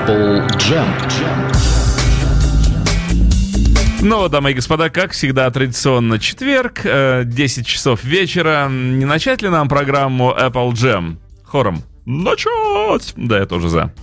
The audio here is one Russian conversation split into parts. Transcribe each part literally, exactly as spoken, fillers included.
Apple Jam. Ну, дамы и господа, как всегда, традиционно четверг, десять часов вечера. Не начать ли нам программу Apple Jam? Хором. Начать! Да, я тоже за.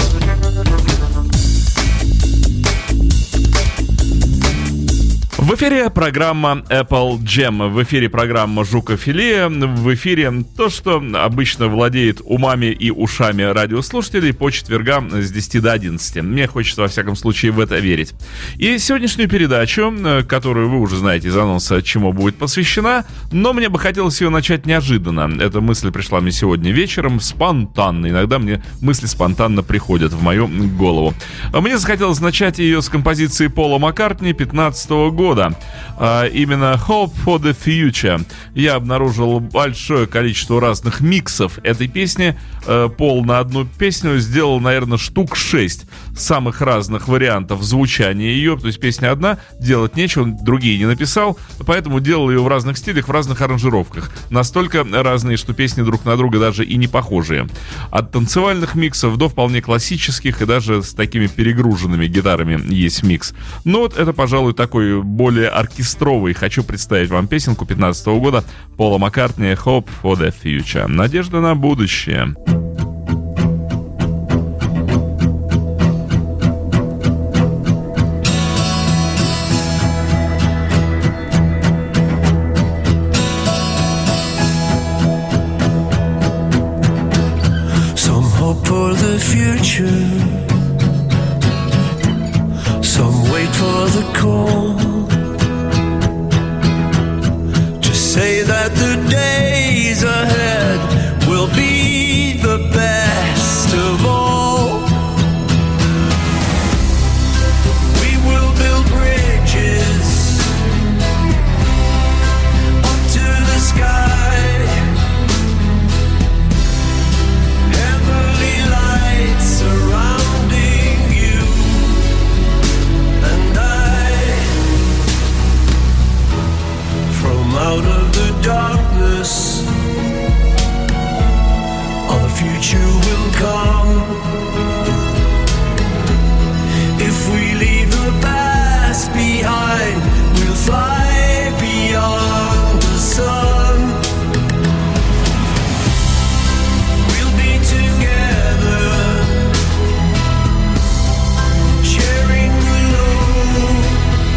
В эфире программа Apple Jam, в эфире программа Жукофиле, в эфире то, что обычно владеет умами и ушами радиослушателей по четвергам с десяти до одиннадцати. Мне хочется, во всяком случае, в это верить. И сегодняшнюю передачу, которую вы уже знаете из анонса, чему будет посвящена, но мне бы хотелось ее начать неожиданно. Эта мысль пришла мне сегодня вечером, спонтанно. Иногда мне мысли спонтанно приходят в мою голову. Мне захотелось начать ее с композиции Пола Маккартни пятнадцатого года. А, именно Hope for the Future. Я обнаружил большое количество разных миксов этой песни. а, Пол на одну песню сделал, наверное, штук шесть самых разных вариантов звучания ее. То есть песня одна, делать нечего, другие не написал, поэтому делал ее в разных стилях, в разных аранжировках. Настолько разные, что песни друг на друга даже и не похожие. От танцевальных миксов до вполне классических и даже с такими перегруженными гитарами есть микс. Но вот это, пожалуй, такой более оркестровый. Хочу представить вам песенку пятнадцатого года Пола Маккартни «Hope for the Future». Надежда на будущее. Some hope for the future. Some wait for the call. Say that the days ahead will be the best of all. We will build bridges up to the sky. Heavenly lights surrounding you and I. From out of the darkness, our future will come. If we leave the past behind, we'll fly beyond the sun. We'll be together, sharing the load,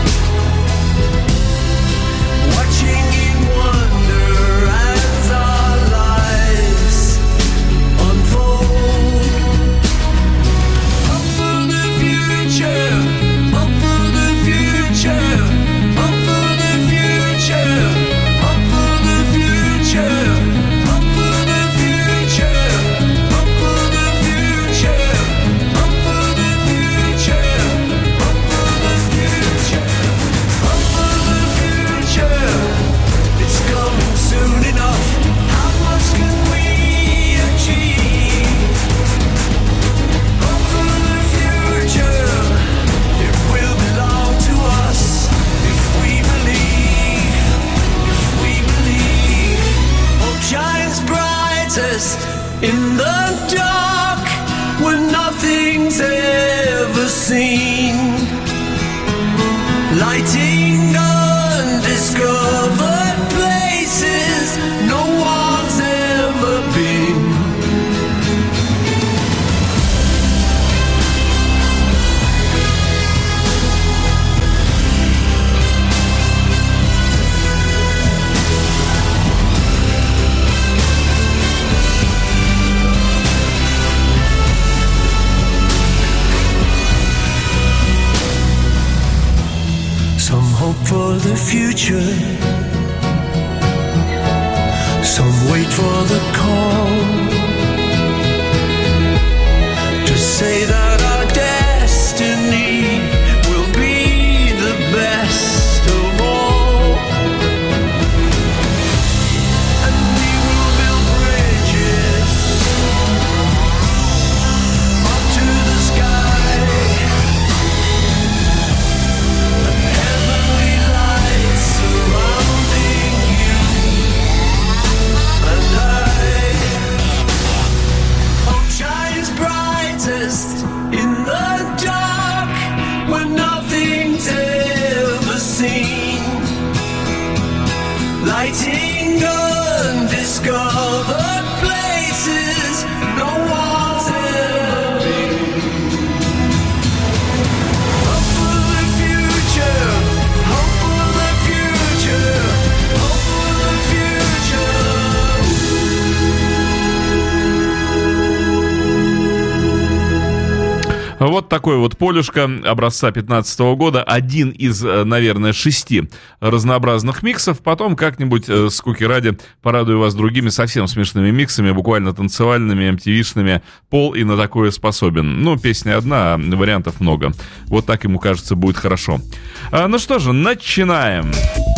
watching in wonder as our lives unfold. Up for the future, up for the future, up for the future, up for the future, up for the future, up for the future, up for the future, up for the future, up for the future. It's coming soon enough. How much can we achieve? Hope for the future. It will belong to us if we believe. If we believe. Hope shines brightest in the dark when nothing's ever seen. Lighting undiscovered places no one's ever been. Some hope for the future. Some wait for the call to say that our destiny will be the best of all. And we will build bridges up to the sky. And heavenly lights surround Вот такой вот полюшка образца пятнадцатого года. Один из, наверное, шести разнообразных миксов. Потом как-нибудь, э, скуки ради, порадую вас другими совсем смешными миксами, буквально танцевальными, эм ти ви-шными. Пол и на такое способен. Ну, песня одна, а вариантов много. Вот так ему кажется, будет хорошо. А, ну что же, начинаем.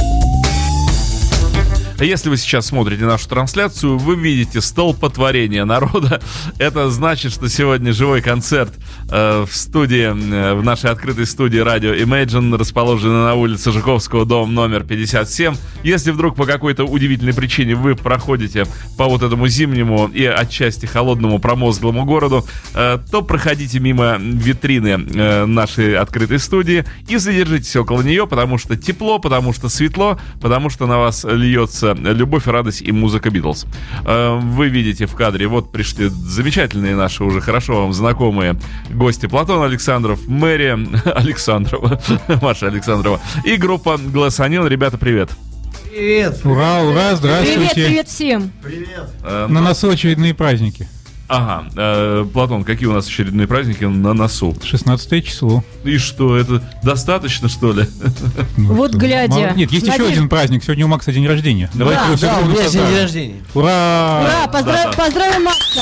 Если вы сейчас смотрите нашу трансляцию, вы видите столпотворение народа. Это значит, что сегодня живой концерт э, в студии, э, в нашей открытой студии радио Imagine, расположенной на улице Жуковского, дом номер пятьдесят семь. Если вдруг по какой-то удивительной причине вы проходите по вот этому зимнему и отчасти холодному промозглому городу, э, то проходите мимо витрины э, нашей открытой студии и задержитесь около нее, потому что тепло, потому что светло, потому что на вас льется любовь, радость и музыка Битлз. Вы видите в кадре, вот пришли замечательные наши, уже хорошо вам знакомые гости: Платон Александров, Мэри Александрова, Маша Александрова и группа Glass Onion. Ребята, привет. Привет. Ура, ура, здравствуйте. Привет, привет всем. Привет. На носу очередные праздники. Ага, э, Платон, какие у нас очередные праздники на носу? шестнадцатое число. И что, это достаточно, что ли? Ну, Вот что? глядя. Мало- Нет, есть еще Надеюсь- один праздник. Сегодня у Макса день рождения. Давайте его все Да, у дружно меня сегодня день поздравим. рождения. Ура! Ура, поздрав- Да-да. поздравим Макса.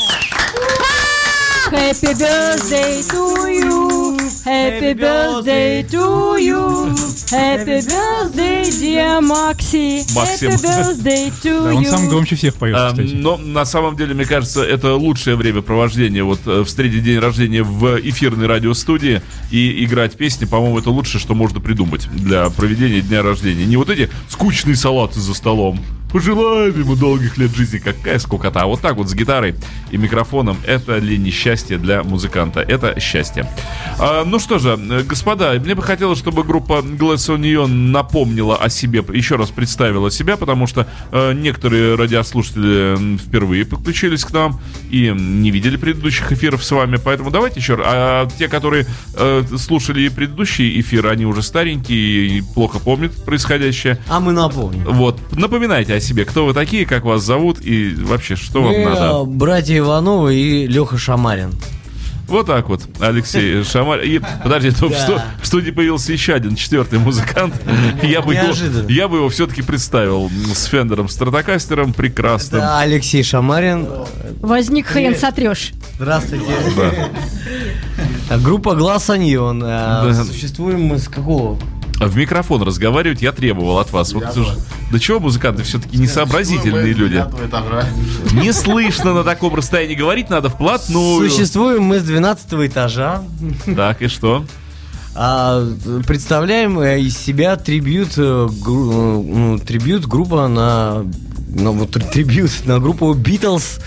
Happy birthday to you. Happy birthday to you. Happy birthday, dear Макси. Максим. Happy birthday to Да, он you. сам громче всех поет, А, кстати. но на самом деле, мне кажется, это лучшее времяпровождение. Вот э, встретить день рождения в эфирной радиостудии и играть песни, по-моему, это лучшее, что можно придумать для проведения дня рождения. Не вот эти скучные салаты за столом. Пожелаем ему долгих лет жизни. Какая скукота. А вот так вот с гитарой и микрофоном. Это ли не счастье для музыканта? Это счастье. А, ну что же, э, господа, мне бы хотелось, чтобы группа Glass Onion напомнила о себе, еще раз представила себя, потому что э, некоторые радиослушатели м, впервые подключились к нам и не видели предыдущих эфиров с вами. Поэтому давайте еще раз. А те, которые э, слушали и предыдущие эфиры, они уже старенькие и плохо помнят происходящее. А мы напомним. Вот, напоминайте о себе, кто вы такие, как вас зовут и вообще, что вам Мы, надо. э, братья Ивановы и Леха Шамарин. Вот так вот, Алексей Шамар. И, подожди, то в, Да. сту- в студии появился еще один четвертый музыкант. Я бы, его, Неожиданно. я бы его все-таки представил с Фендером Стратокастером прекрасным. Да, Алексей Шамарин. Возник хрен сотрешь. Здравствуйте. Да. А Группа Glass Onion. э, Да. Существуем мы с какого? В микрофон разговаривать я требовал от вас. Вот, уж- да чего музыканты все-таки несообразительные люди. Не слышно на таком расстоянии, говорить надо вплотную. Существуем мы с двенадцатого этажа. Так, и что? А, представляем э, из себя трибют, э, гру- э, ну, трибют группа на, ну, вот, тр- трибют на группу Битлз.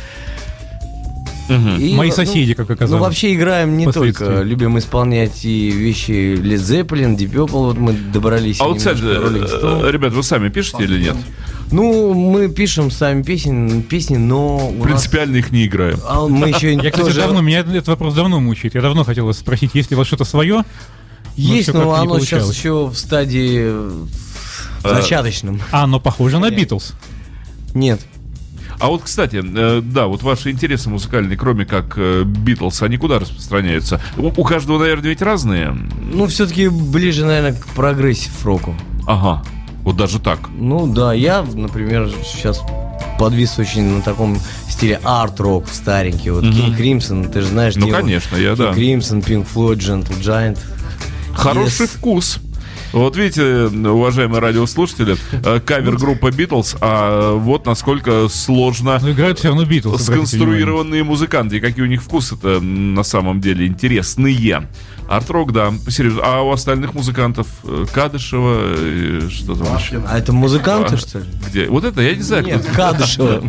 И, Мои ну, соседи, как оказалось. Ну, вообще играем не Впоследствии. только, любим исполнять и вещи Led Zeppelin, Deep Purple, вот мы добрались. А вот, кстати, немножко Rolling Stone. э, ребят, вы сами пишете или нет? Ну, мы пишем сами песни, песни, но у нас- Принципиально их не играем. а мы еще Я, кстати, тоже... давно, меня этот вопрос давно мучает. Я давно хотел вас спросить, есть ли у вас что-то свое? Есть, всё но как-то не оно сейчас получалось. еще в стадии э, А. зачаточном. А, но похоже на Понятно. Битлз. Нет. А вот, кстати, э, да, вот ваши интересы музыкальные, кроме как Битлз, они куда распространяются? У, у каждого, наверное, ведь разные. Ну, все-таки ближе, наверное, к прогрессив-року. Ага, вот даже так. Ну да, я, например, сейчас подвис очень на таком стиле арт-рок старенький. Вот King Crimson, ты же знаешь, Ну, где он? конечно, я, King да. Crimson, Pink Floyd, Gentle Giant. Хороший Yes. вкус. Вот видите, уважаемые радиослушатели, э, кавер-группа Битлз, а вот насколько сложно Но играют все равно Битлз. обратите внимание. сконструированные музыканты, и какие у них вкусы-то на самом деле интересные. Арт-рок, да, серьезно. А у остальных музыкантов э, Кадышева, э, что там еще? А это музыканты, А, что ли? Где? Вот это я не знаю, Нет, кто. Кадышева.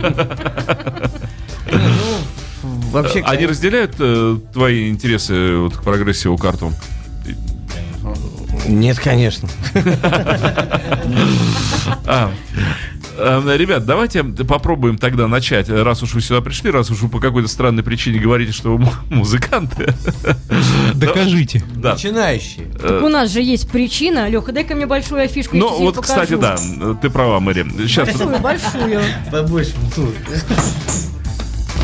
Ну, вообще, Они разделяют э, твои интересы вот, к прогрессиву карту? нет, конечно. А, э, ребят, давайте попробуем тогда начать. Раз уж вы сюда пришли, раз уж вы по какой-то странной причине говорите, что вы му- музыканты. Докажите. Да. Начинающие. Так у нас же есть причина. Леха, дай-ка мне большую афишку. я Ну, тебе её вот, покажу. кстати, да, ты права, Мэри. Сейчас, Большую, большую. Побольше. вот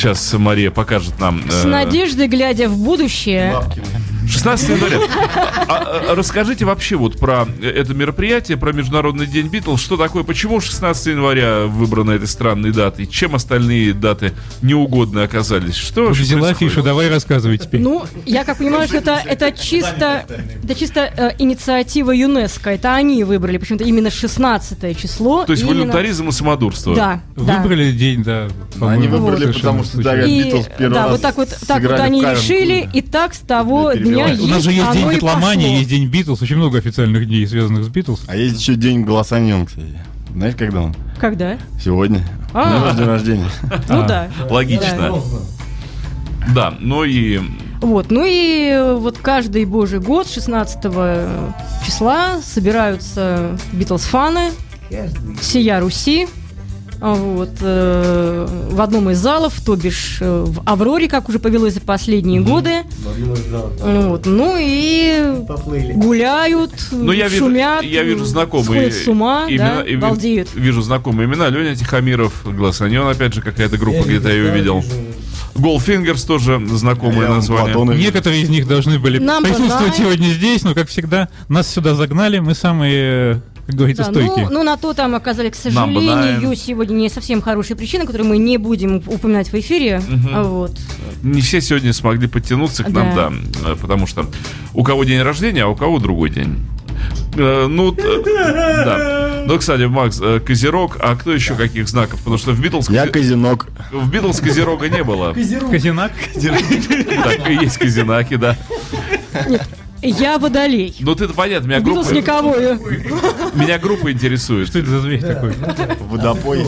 Сейчас Мария покажет нам. э, С надеждой, глядя в будущее. шестнадцатого января. А, а, расскажите вообще вот про это мероприятие, про Международный день Битлз. Что такое, почему шестнадцатого января выбрана этой странной датой? Чем остальные даты неугодны оказались? Что вообще Взяла происходит? фишу, давай рассказывай теперь. Ну, я как понимаю, что это, это чисто, это чисто э, инициатива ЮНЕСКО. Это они выбрали почему-то именно шестнадцатое число. То есть именно- волюнтаризм и самодурство. Да, да. Выбрали день, да. Они по-моему, выбрали, совершенно потому что случайно. Давид И, Битлз первый да, раз вот так вот, так вот сыграли они в Кавер решили, клубе. и так с того Да, дня перебиваю. есть, У нас же есть оно день и битломании, пошло. есть день Битлз, очень много официальных дней, связанных с Битлз. А есть еще день Голосаньон, кстати. Знаешь, когда он? Когда? Сегодня. А. На ваш день рождения. Ну А. да. Логично. Да, ну и Вот, ну и э, вот каждый божий год, шестнадцатого числа, собираются Битлз-фаны всея Руси. А Вот, э, в одном из залов, то бишь э, в Авроре, как уже повелось за последние годы. Вот, ну и гуляют, ну, я вижу, шумят, я вижу знакомые сходят с ума, имена, да, и ви- балдеют. Вижу знакомые имена. Леня Тихомиров, Голосаньон, опять же, какая-то группа, где-то я ее видел. Goldfingers тоже знакомое Я название. Платонович. Некоторые из них должны были Number присутствовать nine. сегодня здесь, но, как всегда, нас сюда загнали, мы самые, как говорится, Да, стойкие. ну, ну, на то там оказались, к Number сожалению, nine. сегодня не совсем хорошие причины, которые мы не будем упоминать в эфире. А Вот. Не все сегодня смогли подтянуться к нам, да. Да. э, потому что у кого день рождения, а у кого другой день. Э, Ну, т- да. Ну, кстати, Макс, э, Козерог, а кто еще каких знаков? Потому что в Битлз, Я Казинок. в Битлз Козерога не было. Казинак? Так, и есть Козинаки, да. Я водолей. Ну, ты-то понятно, меня Битлз группа, никого. э, меня группа интересует. Что это за зверь такой? Водопой.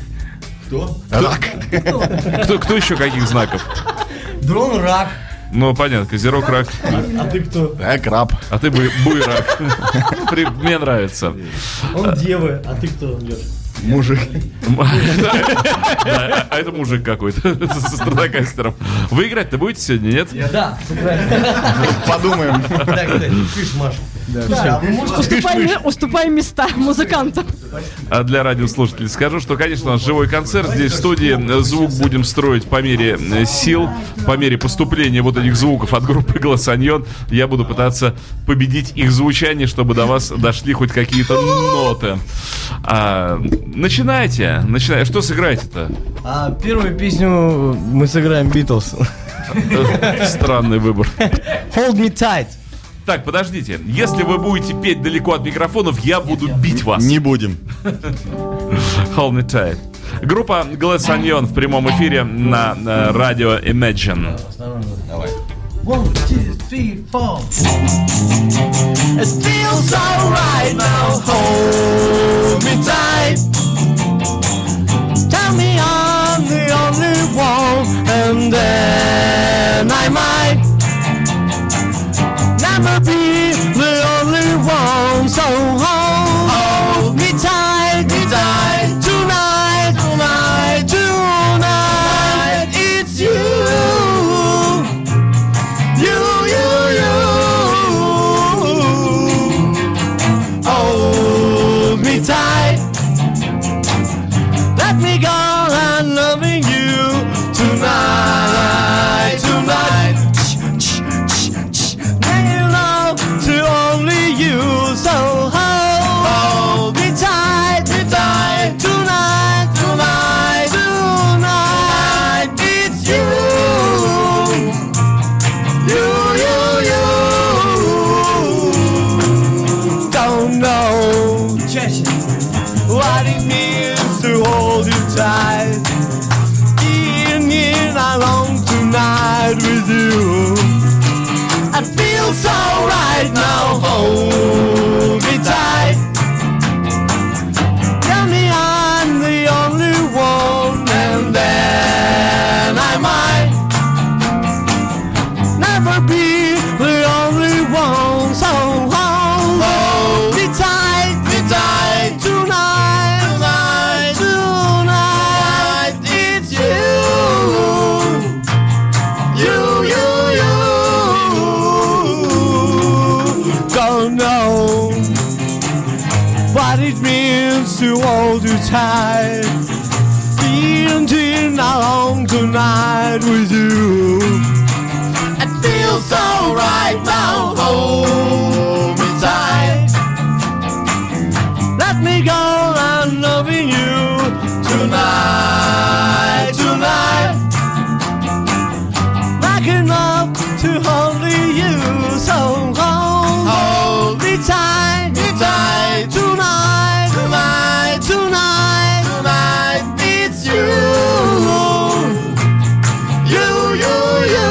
Кто, кто еще каких знаков? Дрон рак. Ну, понятно, Козерог, рак, А ты кто? Я краб. а ты буй- буйрак. При- Мне нравится. Он девы, а ты кто, Леш? Мужик. Да, а это мужик какой-то со стратокастером. Вы играть-то будете сегодня, нет? Да, Подумаем. да, кстати, пишь, Маша. Да, вы можете... Уступаем, уступаем места музыкантам. А для радиослушателей скажу, что, конечно, у нас живой концерт. Здесь в студии звук будем строить по мере э, сил, по мере поступления вот этих звуков от группы Голосаньон. Я буду пытаться победить их звучание, чтобы до вас дошли хоть какие-то ноты. А, начинайте. Начинайте. Что сыграете-то? А первую песню мы сыграем Битлз. Странный выбор. Hold me tight. Так, подождите. Если вы будете петь далеко от микрофонов, я буду бить вас. Не будем. Hold me tight. Группа Голосаньон в прямом эфире на, на радио Imagine. One, two, three, four. It feels alright now. Hold me tight. Tell me I'm the only one, and then I might never be the only one. So hold, hold me tight, me tight. Tonight, tonight, tonight. It's you. You, you, you. Hold me tight. Let me go on loving you tonight, tonight. Then you know to only you. So hold, hold me tight, me tight. Tonight, tonight, tonight. It's you. You, you, you. Don't know what it means to hold you tight. In in alone tonight with you. I feel so right now. Hold me tight. Tell me I'm the only one, and then I might never be the only one. So hold, hold me tight, me tight. Tonight, tonight, tonight. It's you, you, you, you. Don't know what it means to hold you tight. Until alone tonight. tonight with you. It feels so right now, hold me tight. Let me go on loving you tonight, tonight. Like enough to only you, so hold, hold me tight, me tight. Tonight, tonight, tonight, tonight, it's you, you, you, you,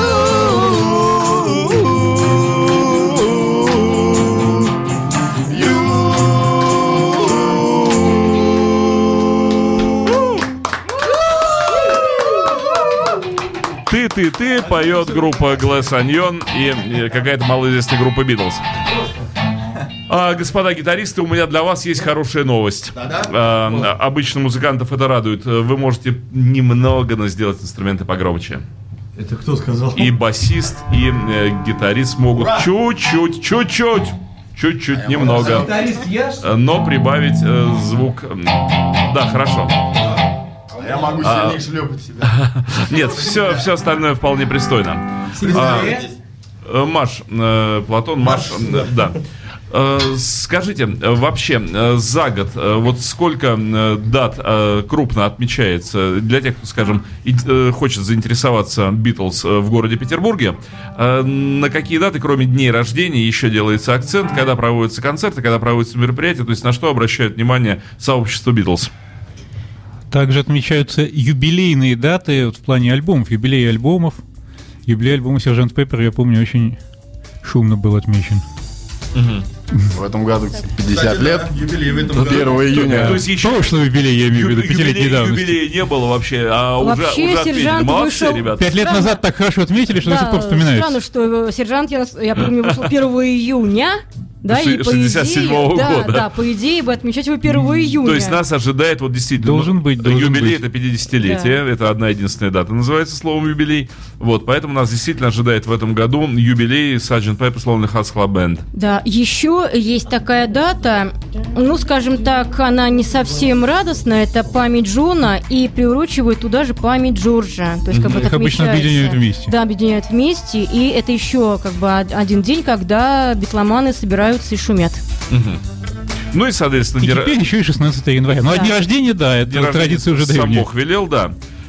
you. Ты, ты, ты поет группа Glass Onion и, и какая-то малоизвестная группа Beatles. А, господа гитаристы, у меня для вас есть хорошая новость. А, обычно музыкантов это радует. Вы можете немного, но сделать инструменты погромче. Это кто сказал? И басист, и э, гитарист могут чуть-чуть, чуть-чуть, чуть-чуть, немного, Гитарист я, что ли? но прибавить э, звук. Да, хорошо. Я могу сильнее шлепать себя. Нет, все, все остальное вполне пристойно. А, э, Маш, э, Платон, Маш, э, да. Э, Скажите, э, вообще э, за год э, вот сколько э, дат э, крупно отмечается для тех, кто, скажем, и, э, хочет заинтересоваться Битлз э, в городе Петербурге? Э, на какие даты, кроме дней рождения, еще делается акцент, когда проводятся концерты, когда проводятся мероприятия, то есть на что обращает внимание сообщество Битлз? Также отмечаются юбилейные даты вот в плане альбомов, юбилей альбомов. Юбилей альбома «Сержант Пеппер», я помню, очень шумно был отмечен. В этом году пятьдесят лет. Юбилей в этом году. первого июня. То есть еще Прошлый юбилей, я имею в виду, пятилетней юбилей, давности. юбилея не было вообще, а уже, Вообще, уже отметили. сержант Молодцы, вышел- ребята. Пять лет Странно. назад так хорошо отметили, что до сих пор Да, вспоминается. странно, что э, сержант, я, нас- я помню, вышел первого июня, да, и по шестьдесят седьмого идее, да, года. да, по идее бы отмечать его первого июня. То есть нас ожидает вот действительно Должен ну, быть, должен юбилей, быть. это пятидесятилетие, это одна единственная дата, называется словом юбилей. Вот, поэтому нас действительно ожидает в этом году юбилей сержант Pepper's Lonely Hearts Club Band. Да, еще есть такая дата, ну, скажем так, она не совсем радостная, это память Джона, и приурочивают туда же память Джорджа. То есть, как бы Их это обычно отмечается. объединяют вместе. Да, объединяют вместе, и это еще как бы од- один день, когда битломаны собираются и шумят. Ну и, соответственно, И день ра- теперь еще и шестнадцатого января. Ну, а Да. день рождения, да, это день рождения традиция уже сам древняя. Бог велел, да.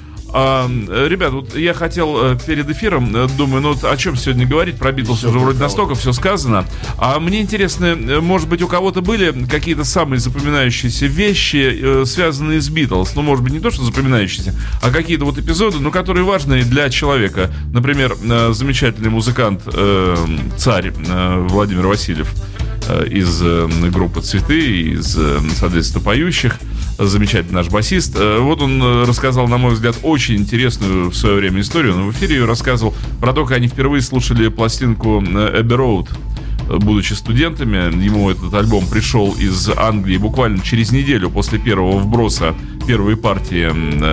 А, э, ребят, вот я хотел э, перед эфиром, э, думаю, ну вот о чем сегодня говорить, про Битлз уже вроде настолько все сказано. А мне интересно, э, может быть, у кого-то были какие-то самые запоминающиеся вещи, э, связанные с Битлз? Ну, может быть, не то, что запоминающиеся, а какие-то вот эпизоды, ну, которые важны для человека. Например, э, замечательный музыкант, э, царь э, Владимир Васильев э, из э, группы «Цветы», из, э, соответственно, поющих. Замечательный наш басист. Э, Вот он э, рассказал, на мой взгляд, очень интересную в свое время историю. Он в эфире ее рассказывал про то, как они впервые слушали пластинку э, Abbey Road, э, будучи студентами. Ему этот альбом пришел из Англии буквально через неделю после первого вброса первой партии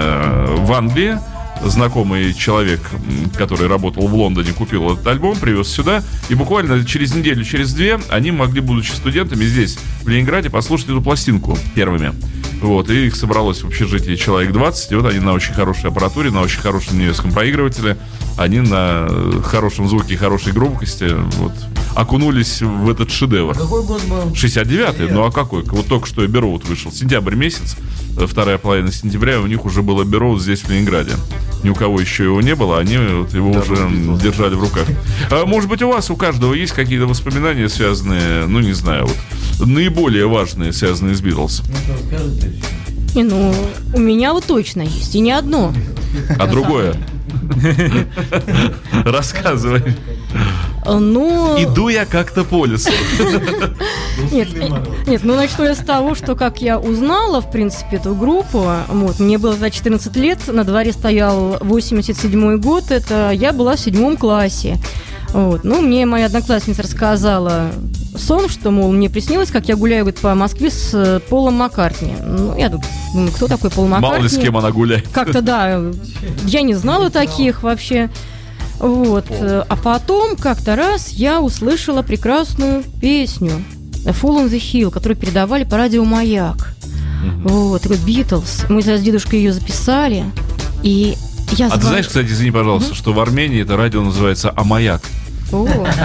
э, в Англии. Знакомый человек, м, который работал в Лондоне, купил этот альбом, привез сюда. И буквально через неделю, через две они могли, будучи студентами здесь, в Ленинграде, послушать эту пластинку первыми. Вот, и их собралось в общежитии человек двадцать. И вот они на очень хорошей аппаратуре, на очень хорошем немецком проигрывателе. Они на э, хорошем звуке и хорошей громкости вот, окунулись в этот шедевр. Какой год был? шестьдесят девятый, ну а какой? Вот только что Abbey Road вышел, сентябрь месяц, э, вторая половина сентября, у них уже был Abbey Road здесь, в Ленинграде. Ни у кого еще его не было, они вот его уже м, держали в руках. А, может быть, у вас, у каждого есть какие-то воспоминания, связанные, ну не знаю, вот наиболее важные, связанные с Битлз? И, ну, у меня вот точно есть, и не одно. А другое? Рассказывай. Ну, Иду я как-то по лесу. нет, нет, ну начну я с того, что как я узнала, в принципе, эту группу, вот, мне было тогда четырнадцать лет, на дворе стоял восемьдесят седьмой год, это я была в седьмом классе. Вот. Ну, мне моя одноклассница рассказала сон, что, мол, мне приснилось, как я гуляю, говорит, по Москве с э, Полом Маккартни. Ну, я думаю, кто такой Пол Маккартни? Мало ли с кем она гуляет. Как-то, да, я не знала таких вообще. Вот. А потом как-то раз я услышала прекрасную песню «Fall on the Hill», которую передавали по радио «Маяк». Вот, такой «Битлз». Мы с дедушкой ее записали, и Я А ты звон- знаешь, кстати, извини, пожалуйста, что в Армении это радио называется «Амаяк». О.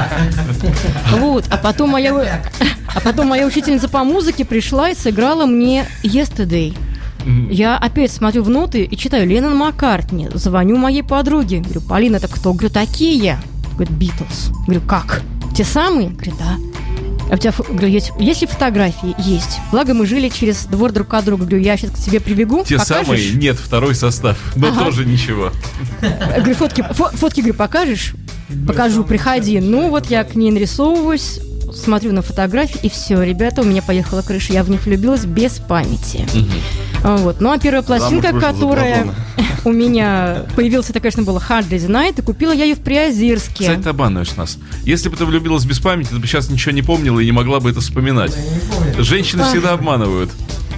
Вот, а потом моя, а потом моя учительница по музыке пришла и сыграла мне Yesterday. Я опять смотрю в ноты и читаю Леннон Маккартни. Звоню моей подруге. Говорю, Полина, это кто? Говорю, такие. Говорит, Битлз. Говорю, как? Те самые? Говорю, да. А у тебя, фо- говорю, есть, есть ли фотографии? Есть. Благо мы жили через двор друг от друга. Говорю, я сейчас к тебе прибегу. Те покажешь? самые, нет, второй состав, но Ага. тоже ничего. Говорю, фотки, фо- фотки, говорю, покажешь? Покажу, приходи. Ну, вот я к ней нарисовываюсь, смотрю на фотографии, и все, ребята, у меня поехала крыша. Я в них влюбилась без памяти. А, Вот. Ну, а первая пластинка, вышла за которая Платона. у меня появилась, это, конечно, была Hard Day's Night, и купила я ее в Приозерске. Кстати, ты обманываешь нас. Если бы ты влюбилась без памяти, ты бы сейчас ничего не помнила и не могла бы это вспоминать. Женщины всегда обманывают.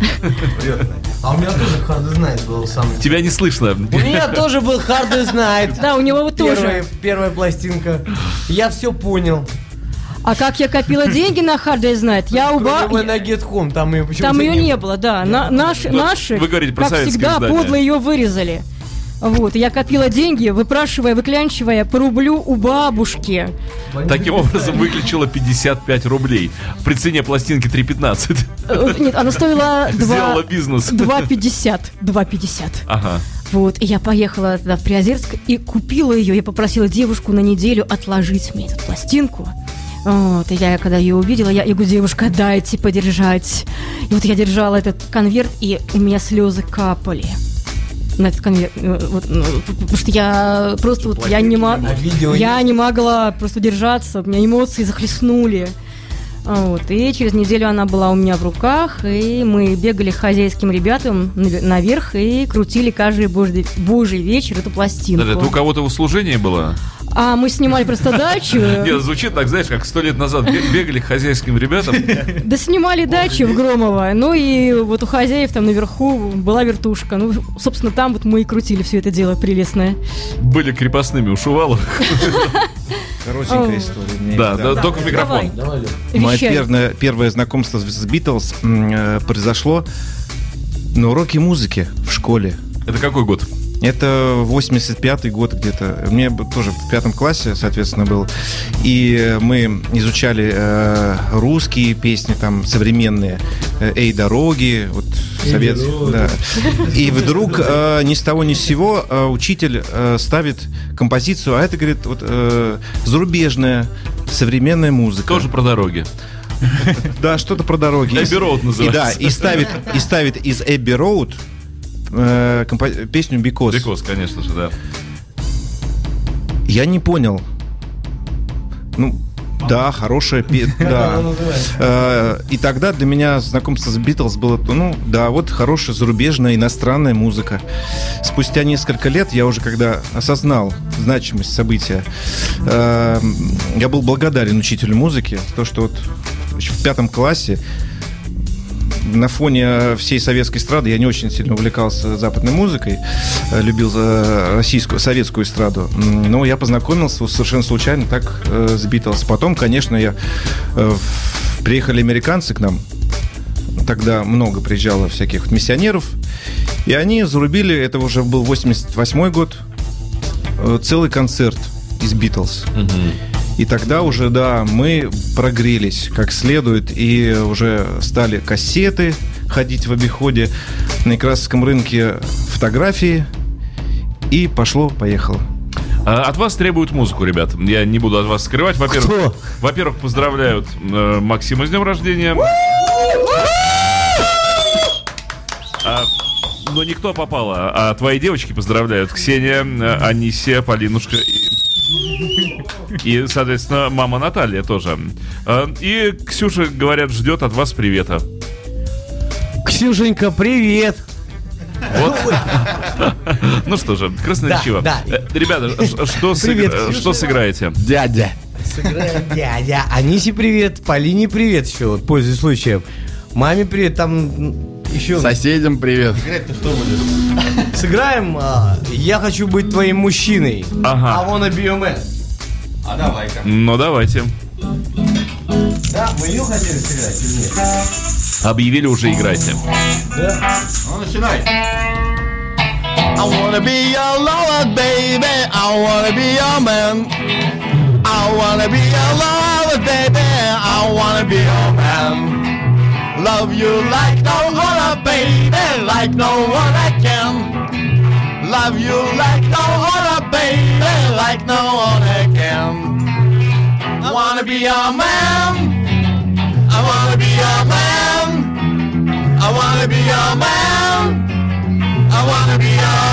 А у меня тоже Hard Day's Night был самый. Тебя не слышно. У меня тоже был Hard Day's Night. Да, у него вот Первая, тоже. первая пластинка. Я все понял. А как я копила деньги на Hard Day's Night, я уба... Кроме на Get Home, там ее почему-то Там ее не не было, да. На- наши, Ну, наши, вы говорите про как советские всегда, издания. подло ее вырезали. Вот, и я копила деньги, выпрашивая, выклянчивая по рублю у бабушки. Таким образом выключила пятьдесят пять рублей. При цене пластинки три пятнадцать. Э, Нет, она стоила Сделала бизнес. два пятьдесят. два пятьдесят. Ага. Вот, и я поехала тогда в Приозерск и купила ее. Я попросила девушку на неделю отложить мне эту пластинку. Вот, и я, когда ее увидела, я, я говорю, девушка, дайте подержать. И вот я держала этот конверт, и у меня слезы капали на этот конверт. Э, вот, ну, потому что я просто вот, я не, мо- А видео я не могла просто держаться, у меня эмоции захлестнули. Вот, и через неделю она была у меня в руках, и мы бегали хозяйским ребятам наве- наверх и крутили каждый божий, божий вечер эту пластинку. Это у кого-то услужение было? А мы снимали просто дачу. Нет, звучит так, знаешь, как сто лет назад бе- бегали к хозяйским ребятам. Да снимали дачу в Громово. Ну и вот у хозяев там наверху была вертушка. Ну, собственно, там вот мы и крутили все это дело прелестное. Были крепостными у Шуваловых. Хорошенькая О. история. у меня Да, есть, да, только в микрофон. Давай, Лёв. Мое Вещай. первое, первое знакомство с с Битлз м, э, произошло на уроке музыки в школе. Это какой год? Это восемьдесят пятый год где-то. Мне б- тоже в пятом классе, соответственно, был. И мы изучали э, русские песни, там, современные. Э, «Эй, дороги», вот, совет, да. И вдруг э, ни с того ни с сего э, учитель э, ставит композицию, а это, говорит, вот, э, зарубежная современная музыка. Тоже про дороги. Да, что-то про дороги. Abbey Road И, называется. да, и ставит, и ставит из Abbey Road э, компо- песню Because. Because, конечно же, да. Я не понял. Ну, да, хорошая песня. Да. Э, И тогда для меня знакомство с Битлз было, ну, да, вот хорошая зарубежная иностранная музыка. Спустя несколько лет я уже, когда осознал значимость события, э, я был благодарен учителю музыки, то, что вот в пятом классе на фоне всей советской эстрады я не очень сильно увлекался западной музыкой, э, любил э, российскую, советскую эстраду, М, но я познакомился совершенно случайно так э, с Битлз. Потом, конечно, я э, в- приехали американцы к нам, тогда много приезжало всяких вот миссионеров, и они зарубили, это уже был восемьдесят восьмой год, э, целый концерт из Битлз. И тогда уже, да, мы прогрелись как следует, и уже стали кассеты ходить в обиходе, на Некрасовском рынке фотографии, и пошло-поехало. А, От вас требуют музыку, ребят. Я не буду от вас скрывать. Во-первых, Кто? во-первых, поздравляют э, Максима с днем рождения. А, но не кто попало, а твои девочки поздравляют. Ксения, э, Анисия, Полинушка и, и, соответственно, мама Наталья тоже. А, и Ксюша, говорят, ждет от вас привета. Ксюшенька, привет! Вот. Ну что же, красноречиво. Да, да. Э, Ребята, ш- что, Привет, сыгра- Ксюша. что сыграете? Дядя. Сыграем дядя. Анисе привет, Полине привет еще, вот, пользуясь случаем. Маме привет, там м, еще... Соседям привет. Сыграем а, «Я хочу быть твоим мужчиной». Ага. I wanna be your man. Ну, давайте. Да, мы ее хотели сыграть или нет? Объявили, уже играйте. Да. Ну, начинай. I wanna be your lover, baby. I wanna be your man. I wanna be your lover, baby. I wanna be your man. Love you like no other, baby, like no one I can. Love you like no other, baby, like no one I can. I wanna be your man. I wanna be your man. I wanna be your man. I wanna be your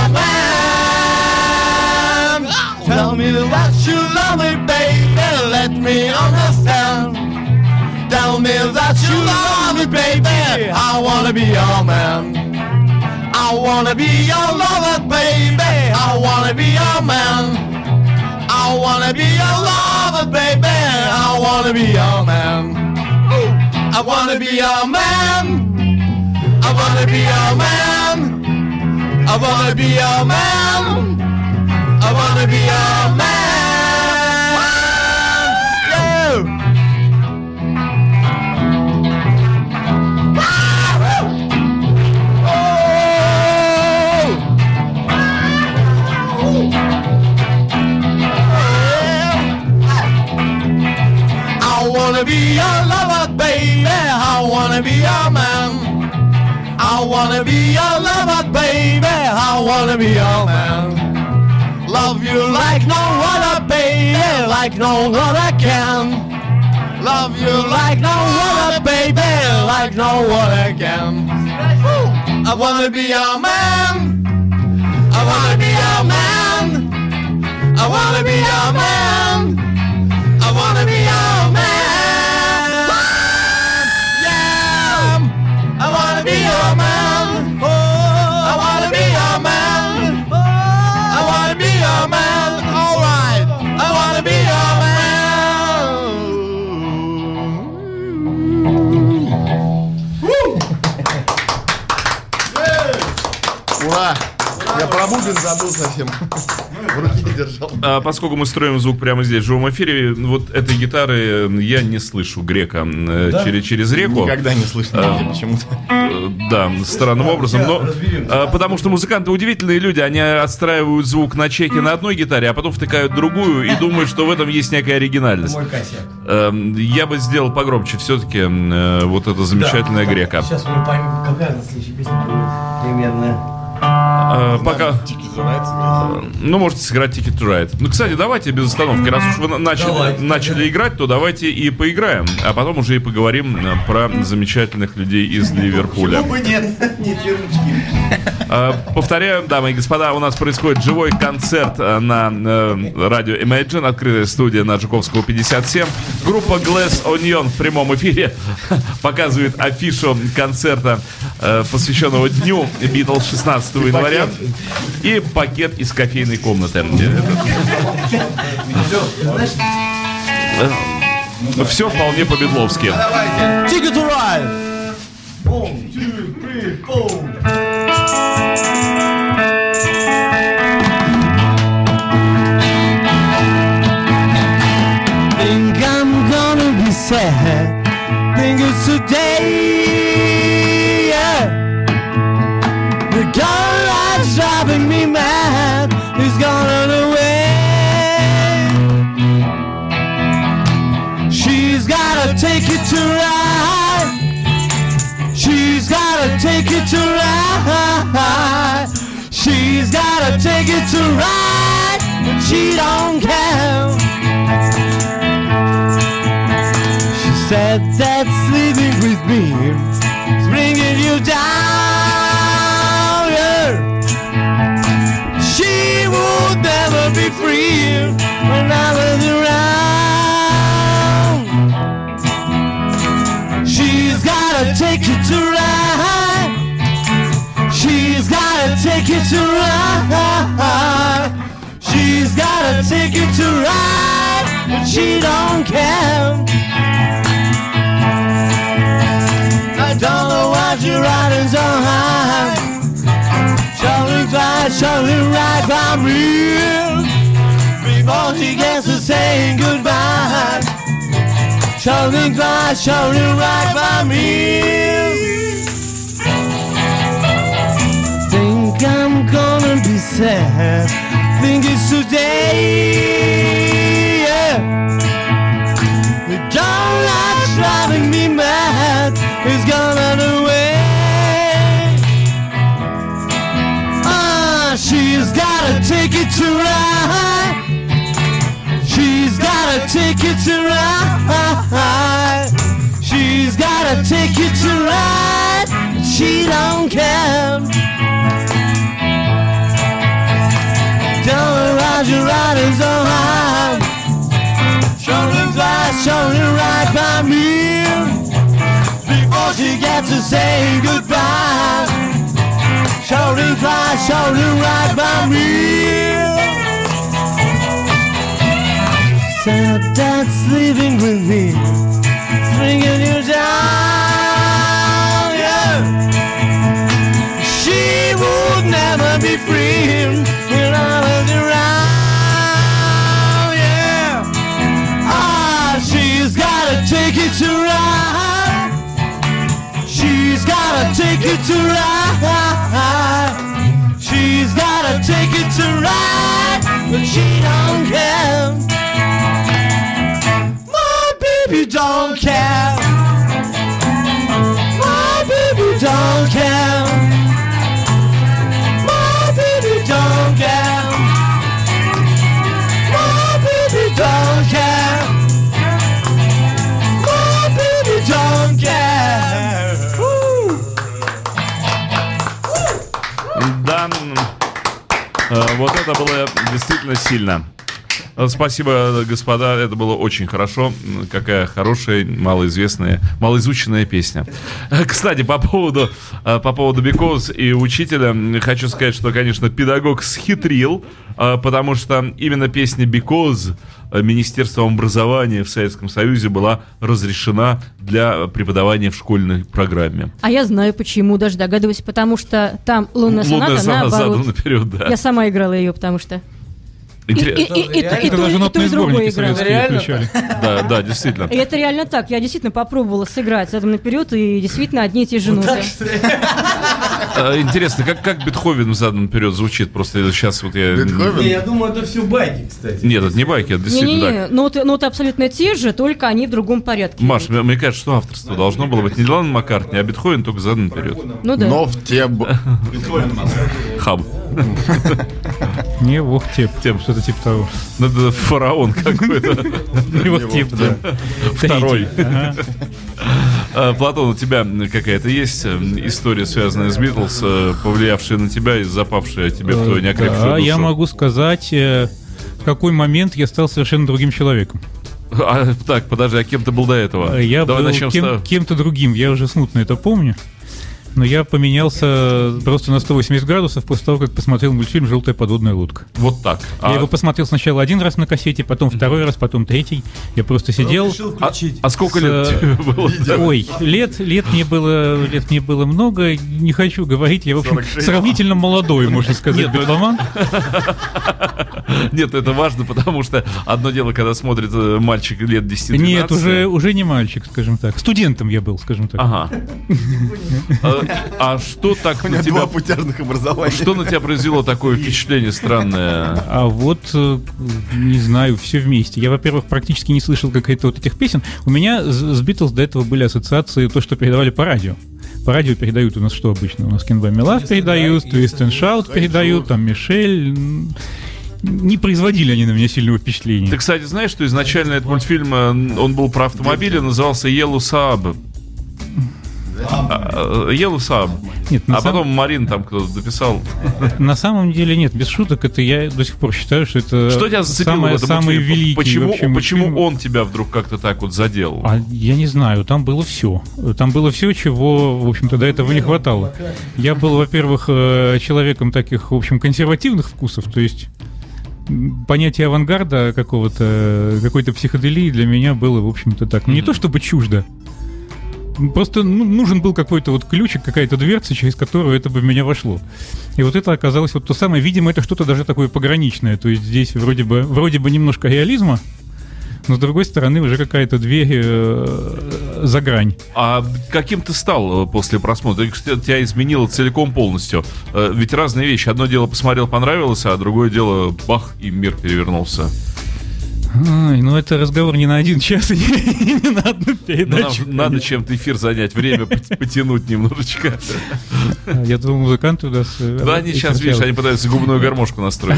man. Tell me that you love me, baby, let me understand. Tell me that you love me, baby, I wanna be your man. I wanna be your lover, baby, I wanna be your man. I wanna be your lover, baby, I wanna be your man. I wanna be your man. I wanna be your man. I wanna be your man. I wanna be your man. Yeah. I wanna be your lover, baby. I wanna be your man. I wanna be your lover, baby. I wanna be your man. Love you like no other, baby, like no other can. Love you like no other, baby, like no other can. I wanna be your man. I wanna be your man. I wanna be your man. I wanna be your man. Yeah. I wanna be your man. Oh, I wanna be your man. I wanna be your man. All right. I wanna be your man. Ура! Я про бубен забыл совсем. В руке держал. А поскольку мы строим звук прямо здесь, в живом эфире, вот этой гитары я не слышу Грека э, Да? через, через реку. Никогда не слышно А, нигде почему-то. Э, Да, странным образом. Но, э, потому что музыканты удивительные люди, они отстраивают звук на чеке на одной гитаре, а потом втыкают другую и думают, что в этом есть некая оригинальность. Мой косяк. Э, Я бы сделал погромче все-таки э, вот эта замечательная Грека. Сейчас мы поймем, какая на следующей песня будет примерно. Э, Пока... Ticket to Ride сыграть. Ну, можете сыграть Ticket to Ride. Ну, кстати, давайте без остановки. Раз уж вы на- начали, Давайте. начали играть, то давайте и поиграем. А потом уже и поговорим э, про замечательных людей из Ливерпуля. Бы нет, нет вернучки. Э, Повторяю, дамы и господа, у нас происходит живой концерт э, на э, радио Imagine, открытая студия на Жуковского пятьдесят семь. Группа Glass Onion в прямом эфире показывает афишу концерта, э, посвященного Дню Beatles шестнадцатого января. И пакет из кофейной комнаты. Все вполне по-бедловски. Ticket to Ride. Think I'm gonna be sad. Think it's today. Yeah. The girl that's driving me mad is gone away. She's gotta take it to ride. She's gotta take it to ride. She's gotta take it to ride, but she don't care. She said that sleeping with me is bringing you down. Yeah. She would never be free when I was around. She's gotta take it to ride. She's gotta take it to ride. She's gotta take it to ride, but she don't care. I don't know what you're riding so high. Shouting right, shouting right by me before she gets to saying goodbye. Shouting right, shouting right by me. Think I'm gonna be sad. Think it's today. Yeah. The girl that's driving me mad is gone away. Ah, she's gotta take it to ride. She's gotta take it to ride. She's gotta take it to ride. She don't care. Don't ride your riders on high. Shouldn't fly, shouldn't ride by me before she gets to say goodbye. Shouldn't fly, shouldn't ride by me. Said that's living with me, bringing you down. Yeah. She would never be free when I was around. Yeah. Ah, she's gotta take it to ride. She's gotta take it to ride. She's gotta take it to ride, but she don't care. Baby don't care. My baby don't care. My baby don't care. My baby don't care. My baby don't care. Да, э, вот это было действительно сильно. Спасибо, господа, это было очень хорошо. Какая хорошая, малоизвестная, малоизученная песня. Кстати, по поводу, по поводу Because и учителя, хочу сказать, что, конечно, педагог схитрил, потому что именно песня Because Министерством образования в Советском Союзе была разрешена для преподавания в школьной программе. А я знаю почему, даже догадываюсь, потому что там лунная соната, Лунная соната наоборот. задана наперед, да. Я сама играла ее, потому что... Интерес- И, и, и, и, и, Это и, то, даже и то, нотные и другое сборники играла. советские Реально включали. Да, да, действительно. И это реально так. Я действительно попробовала сыграть задом наперед, и действительно одни и те же ноты. А, Интересно, как, как Бетховен задом наперед звучит? Просто сейчас вот я... Бетховен? Не, я думаю, это все байки, кстати. Нет, это не байки, это действительно так. Не-не-не, ноты, ноты абсолютно те же, только они в другом порядке. Маш, мне, мне кажется, что авторство должно было быть не Лан Маккартни, а Бетховен только задом наперед. Ну да. Но в те... б- Хаб. Не вохтеп, что-то типа того. Ну, это фараон какой-то. Не вохтеп, да. Второй. Третий. Ага. А, Платон, у тебя какая-то есть э, история, связанная с Битлз, э, повлиявшая на тебя и запавшая тебе в твою неокрепшую Да, душу? я могу сказать, э, в какой момент я стал совершенно другим человеком. А, так, подожди, а кем ты был до этого? Я Давай был начнем кем, с того. кем-то другим, я уже смутно это помню. Но я поменялся просто на сто восемьдесят градусов после того, как посмотрел мультфильм «Желтая подводная лодка». Вот так. Я А, его посмотрел сначала один раз на кассете, потом второй раз, потом третий. Я просто сидел... Решил а, включить. а сколько с, лет тебе было? Ой, лет, лет мне было, лет мне было много, не хочу говорить, я, в общем, сорок шесть. сравнительно молодой, можно сказать, битломан. Нет, это важно, потому что одно дело, когда смотрит э, мальчик лет десять-двенадцать. Нет, уже, уже не мальчик, скажем так. Студентом я был, скажем так. Ага. А, а что так У на меня тебя... два путярных образования. Что на тебя произвело такое впечатление странное? А вот, э, не знаю, все вместе. Я, во-первых, практически не слышал каких-то вот этих песен. У меня с с Битлз до этого были ассоциации, то, что передавали по радио. По радио передают у нас что обычно? У нас Can't Buy Me Love передают, Twist and Shout передают, там Мишель. Не производили они на меня сильного впечатления. Ты, кстати, знаешь, что изначально этот мультфильм, э, он был про автомобили, назывался Yellow Saab. А, э, Yellow Saab. Нет, на А сам- потом Марин там кто-то дописал. На самом деле нет, без шуток, это я до сих пор считаю, что это Что тебя зацепило в самое, этом самый мультфильме? великий Почему, вообще почему мультфильм. он тебя вдруг как-то так вот задел? А я не знаю, там было все. Там было все, чего, в общем-то, до этого не хватало. Я был, во-первых, э, человеком таких, в общем, консервативных вкусов, то есть м, понятие авангарда какого-то, какой-то психоделии для меня было, в общем-то, так. Ну, не то чтобы чуждо. Просто ну, нужен был какой-то вот ключик, какая-то дверца, через которую это бы в меня вошло. И вот это оказалось вот то самое. Видимо, это что-то даже такое пограничное. То есть здесь вроде бы, вроде бы немножко реализма, но с другой стороны уже какая-то дверь э, за грань. А каким ты стал после просмотра? Тебя изменило целиком полностью. Ведь разные вещи. Одно дело посмотрел, понравилось, а другое дело бах, и мир перевернулся. Ой, ну это разговор не на один час и не, не на одну передачу. Нам надо чем-то эфир занять, время потянуть немножечко. Я думал, музыканты у нас... Да, они сейчас, видишь, они пытаются губную гармошку настроить.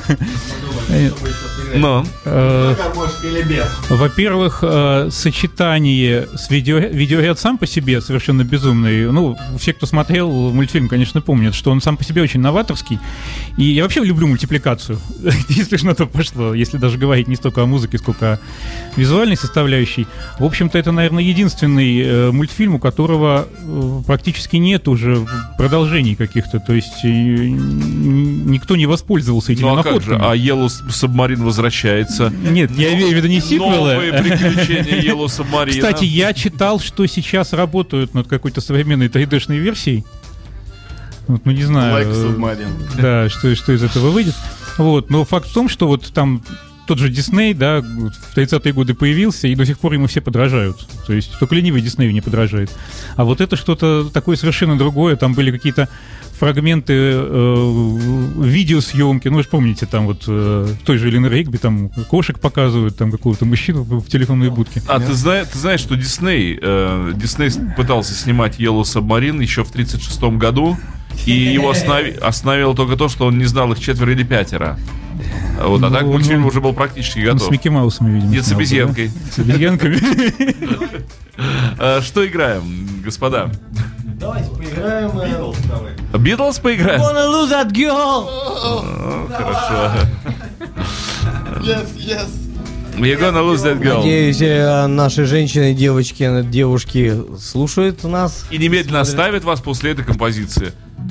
Но. Во-первых, сочетание с видео... Видеоряд сам по себе совершенно безумный. Ну, все, кто смотрел мультфильм, конечно, помнят, что он сам по себе очень новаторский. И я вообще люблю мультипликацию, если уж на то пошло, если даже говорить не столько о музыке, сколько о визуальной составляющей. В общем-то, это, наверное, единственный э, мультфильм, у которого э, практически нет уже продолжений каких-то. То есть э, никто не воспользовался этими ну, а находками. Как же? А Yellow Submarine возвращается. Нет, я имею в виду не сиквелы. Новые приключения Yellow Submarine. Кстати, я читал, что сейчас работают над какой-то современной три дэ-шной версией. Вот, ну, не знаю. Like Submarine. Да, что, что из этого выйдет. Вот, но факт в том, что вот там тот же Дисней, да, в тридцатые годы появился, и до сих пор ему все подражают. То есть только ленивый Диснею не подражает. А вот это что-то такое совершенно другое. Там были какие-то фрагменты э, видеосъемки. Ну, вы же помните, там вот э, в той же Элен Ригби там кошек показывают, там какого-то мужчину в, в телефонной будке. А ты, знаешь, ты знаешь, что Дисней, э, Дисней пытался снимать Yellow Submarine еще в тридцать шестом году, и его останови, остановило только то, что он не знал их четверо или пятеро. Вот, а ну, так мультфильм ну, уже был практически готов. С Микки Маусами, видимо. Нет, с обезьянкой. Да? С обезьянками. Что играем, господа? Давайте поиграем. Битлз поиграем? Wanna lose that girl. Хорошо. Yes, yes. You're gonna lose that girl. Надеюсь, наши женщины, девочки, девушки слушают нас. И немедленно оставят вас после этой композиции.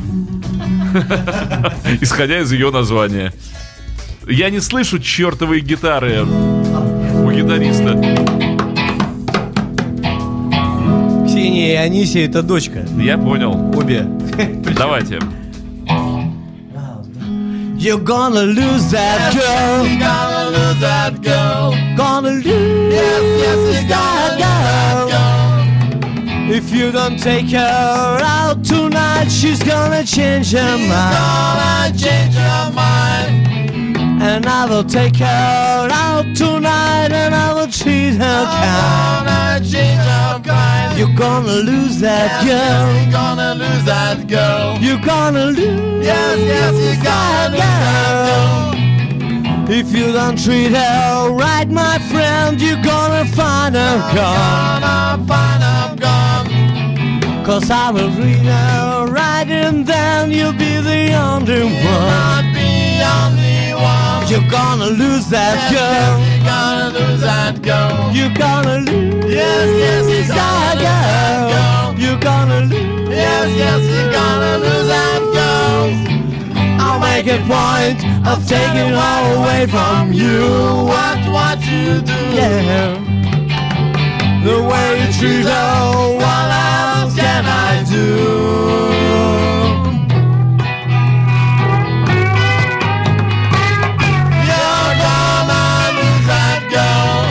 Исходя из ее названия. Я не слышу чертовой гитары у гитариста. Ксения и Анисия — это дочка. Я понял. Обе. Давайте. You're gonna lose that girl. You're gonna lose that girl. Gonna lose Yes, yes, you're gonna that lose that girl. If you don't take her out tonight, she's gonna change her mind. Gonna change her mind. And I will take her out tonight, and I will treat her kind. Gonna change her kind. You're gonna lose that girl. You're gonna lose that girl. You're gonna lose Yes, yes, you're gonna lose that girl. If you don't treat her right, my friend, you're gonna find her gone. Gonna find her gone. Cause I will treat her right, and then you'll be the only one. Not the only one. You're gonna lose that Yes, girl. yes, you're gonna lose that girl. You're gonna lose Yes, yes, you're that gonna lose that girl. girl. You're gonna lose Yes, yes, you're gonna lose that girl. I'll make a point of taking her away from you. What, what you do? Yeah. The way you treat her, what else can I do? You're gonna lose that girl.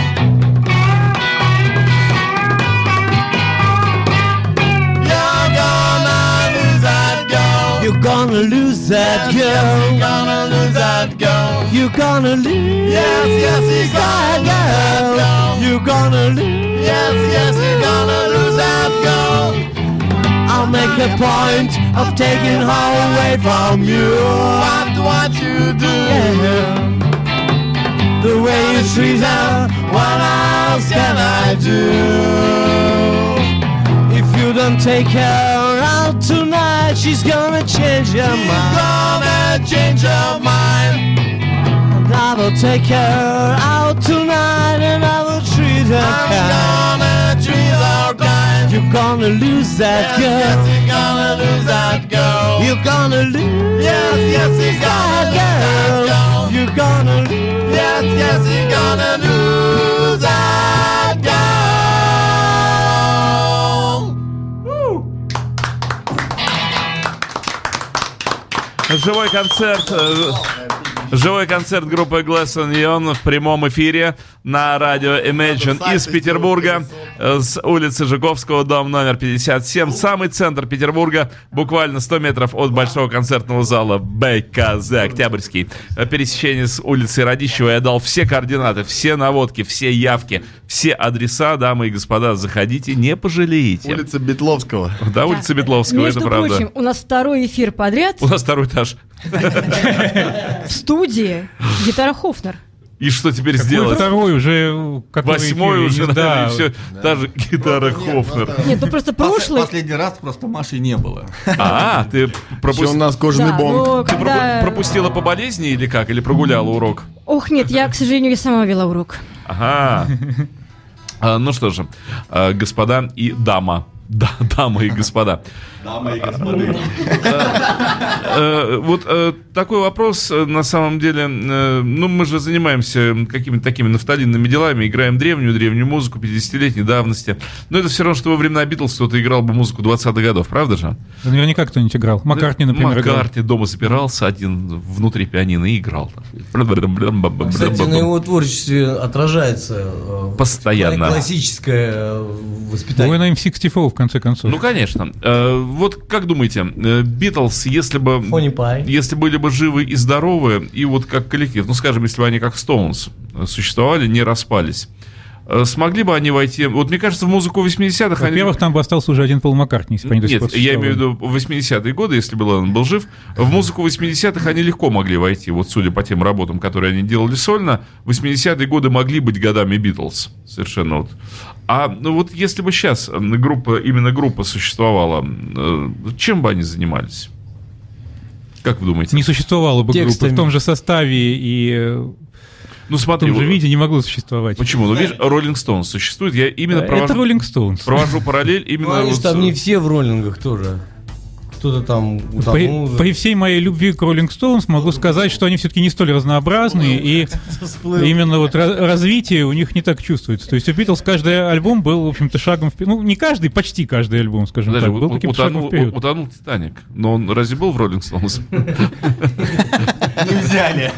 You're gonna lose that girl. You're gonna lose that You're girl. gonna lose that girl. You're gonna lose Yes, yes, you're that gonna lose that girl. girl. You're gonna lose. Yes, yes, you're gonna lose that girl. I'll make a point of taking her away from you. What, what you do? Yeah. The way you treat her, what else can I do? If you don't take her out tonight, she's gonna change her mind. Gonna change her mind. And I will take her out tonight, and I will treat her I'm kind. gonna treat her kind. You're gonna lose that Yes, girl. yes, you're gonna lose that girl. You're gonna lose Yes, yes, you're that gonna lose that girl. girl. You're gonna lose. Yes, yes, you're gonna lose that girl. Живой концерт. Живой концерт группы Glass Onion в прямом эфире на радио Imagine из Петербурга, с улицы Жуковского, дом номер пятьдесят семь, самый центр Петербурга, буквально сто метров от большого концертного зала бэ ка зэ Октябрьский. Пересечение с улицы Радищева. Я дал все координаты, все наводки, все явки, все адреса, дамы и господа, заходите, не пожалеете. Улица Бетловского. Да, улица Бетловского, Между это правда. прочим, у нас второй эфир подряд У нас второй этаж. в студии гитара Хофнер. И что теперь Какой сделать? второй уже, который Восьмой эфир, уже, да. наверное, все. Та же гитара Хофнер. Нет, ну просто прошлый... Последний раз просто Маши не было. А, ты Еще у пропустила. нас кожаный Да, бомб. но Ты когда... пропустила по болезни или как? Или прогуляла урок? Ох, нет, я, к сожалению, сама вела урок. Ага. А, ну что же, а, господа и дама. Да, дамы и господа. Дамы и господа. Э, Вот э, такой вопрос, э, на самом деле, э, ну, мы же занимаемся какими-то такими нафталинными делами, играем древнюю-древнюю музыку пятидесятилетней давности. Но это все равно, что во времена Битлз кто-то играл бы музыку двадцатых годов, правда же? Да наверняка кто-нибудь играл. Маккартни, например, играл. Маккартни дома запирался один внутри пианино и играл. Кстати, на его творчестве отражается э, Постоянно. классическое э, Ой, воспитание. на эм сиксти четыре, в конце концов. Ну, конечно. Э, Вот как думаете, Битлз, если бы Honey Pie. если были бы живы и здоровы, и вот как коллектив, ну, скажем, если бы они как Stones существовали, не распались, э, смогли бы они войти... Вот мне кажется, в музыку восьмидесятых они... Во-первых, там бы остался уже один Пол Маккартни, если бы они до сих пор Нет, я имею в существовали. виду в восьмидесятые годы, если бы он был жив, в музыку восьмидесятых они легко могли войти, вот судя по тем работам, которые они делали сольно, восьмидесятые годы могли быть годами Битлз, совершенно вот. А ну, вот если бы сейчас группа, именно группа существовала, э, чем бы они занимались? Как вы думаете? Не существовало бы группы Текстами. в том же составе и э, Ну в смотри, том же вот- виде не могло существовать. почему? Ну видишь, Rolling Stones существует, я именно Это провожу, Роллинг Стоунс. провожу параллель Ну, именно... они вот же там с- не все в роллингах тоже. Кто-то там утонул При, уже. при всей моей любви к Роллинг Стоунс могу сказать, что они все-таки не столь разнообразные, и Всплыл. именно вот ra- развитие у них не так чувствуется. То есть у Битлз каждый альбом был, в общем-то, шагом вперед. Ну, не каждый, почти каждый альбом, скажем Подожди, так, был у- каким-то шагом утонул, вперед. у- утонул Титаник, но он разве был в Rolling Stones? Не взяли.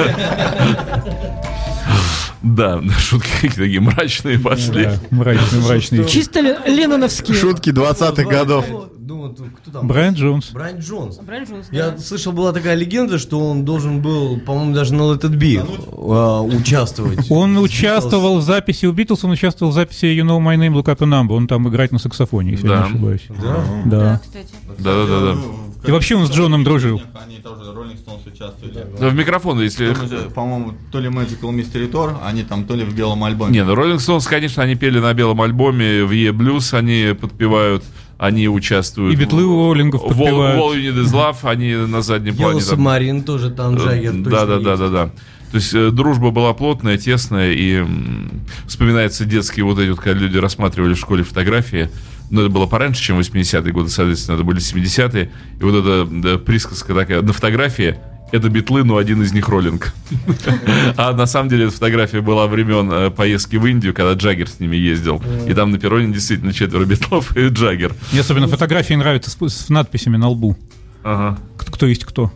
Да, шутки какие-то такие мрачные пошли. Да, мрачный, мрачный. Чисто ле- ленноновские. Шутки двадцатых годов. Думаю, кто там? Брайан Джонс. Брайан Джонс. Брайан Джонс, да. Я слышал, была такая легенда, что он должен был, по-моему, даже на Let It Be а, участвовать. Он С участвовал в записи у Битлз, он участвовал в записи You Know My Name, Look Up a Number. Он там играет на саксофоне, если я Да. не ошибаюсь. Beatles. Да? Да. Кстати. Да-да-да. И вообще он с Джоном дружил. Они тоже Rolling Stones участвовали. Да, в микрофон, если... Там же, по-моему, то ли Magical Mystery Tour, они там то ли в белом альбоме. Не, ну Rolling Stones, конечно, они пели на белом альбоме, в E Blues они подпевают, они участвуют. И битлы у Роллингов в All, подпевают. All You Need Is Love, они на заднем Yellow плане. там- Submarine тоже там Джаггер точно Да, да, да, есть. да, да. То есть э, дружба была плотная, тесная, и м, вспоминаются детские вот эти вот, когда люди рассматривали в школе фотографии. Но это было пораньше, чем восьмидесятые годы, соответственно, это были семидесятые. И вот эта да, присказка такая, на фотографии это битлы, но один из них Роллинг. А на самом деле эта фотография была времен э, поездки в Индию, когда Джаггер с ними ездил. И там на перроне действительно четверо битлов и Джаггер. Мне особенно фотографии нравятся с, с надписями на лбу. Ага. Кто, кто есть кто.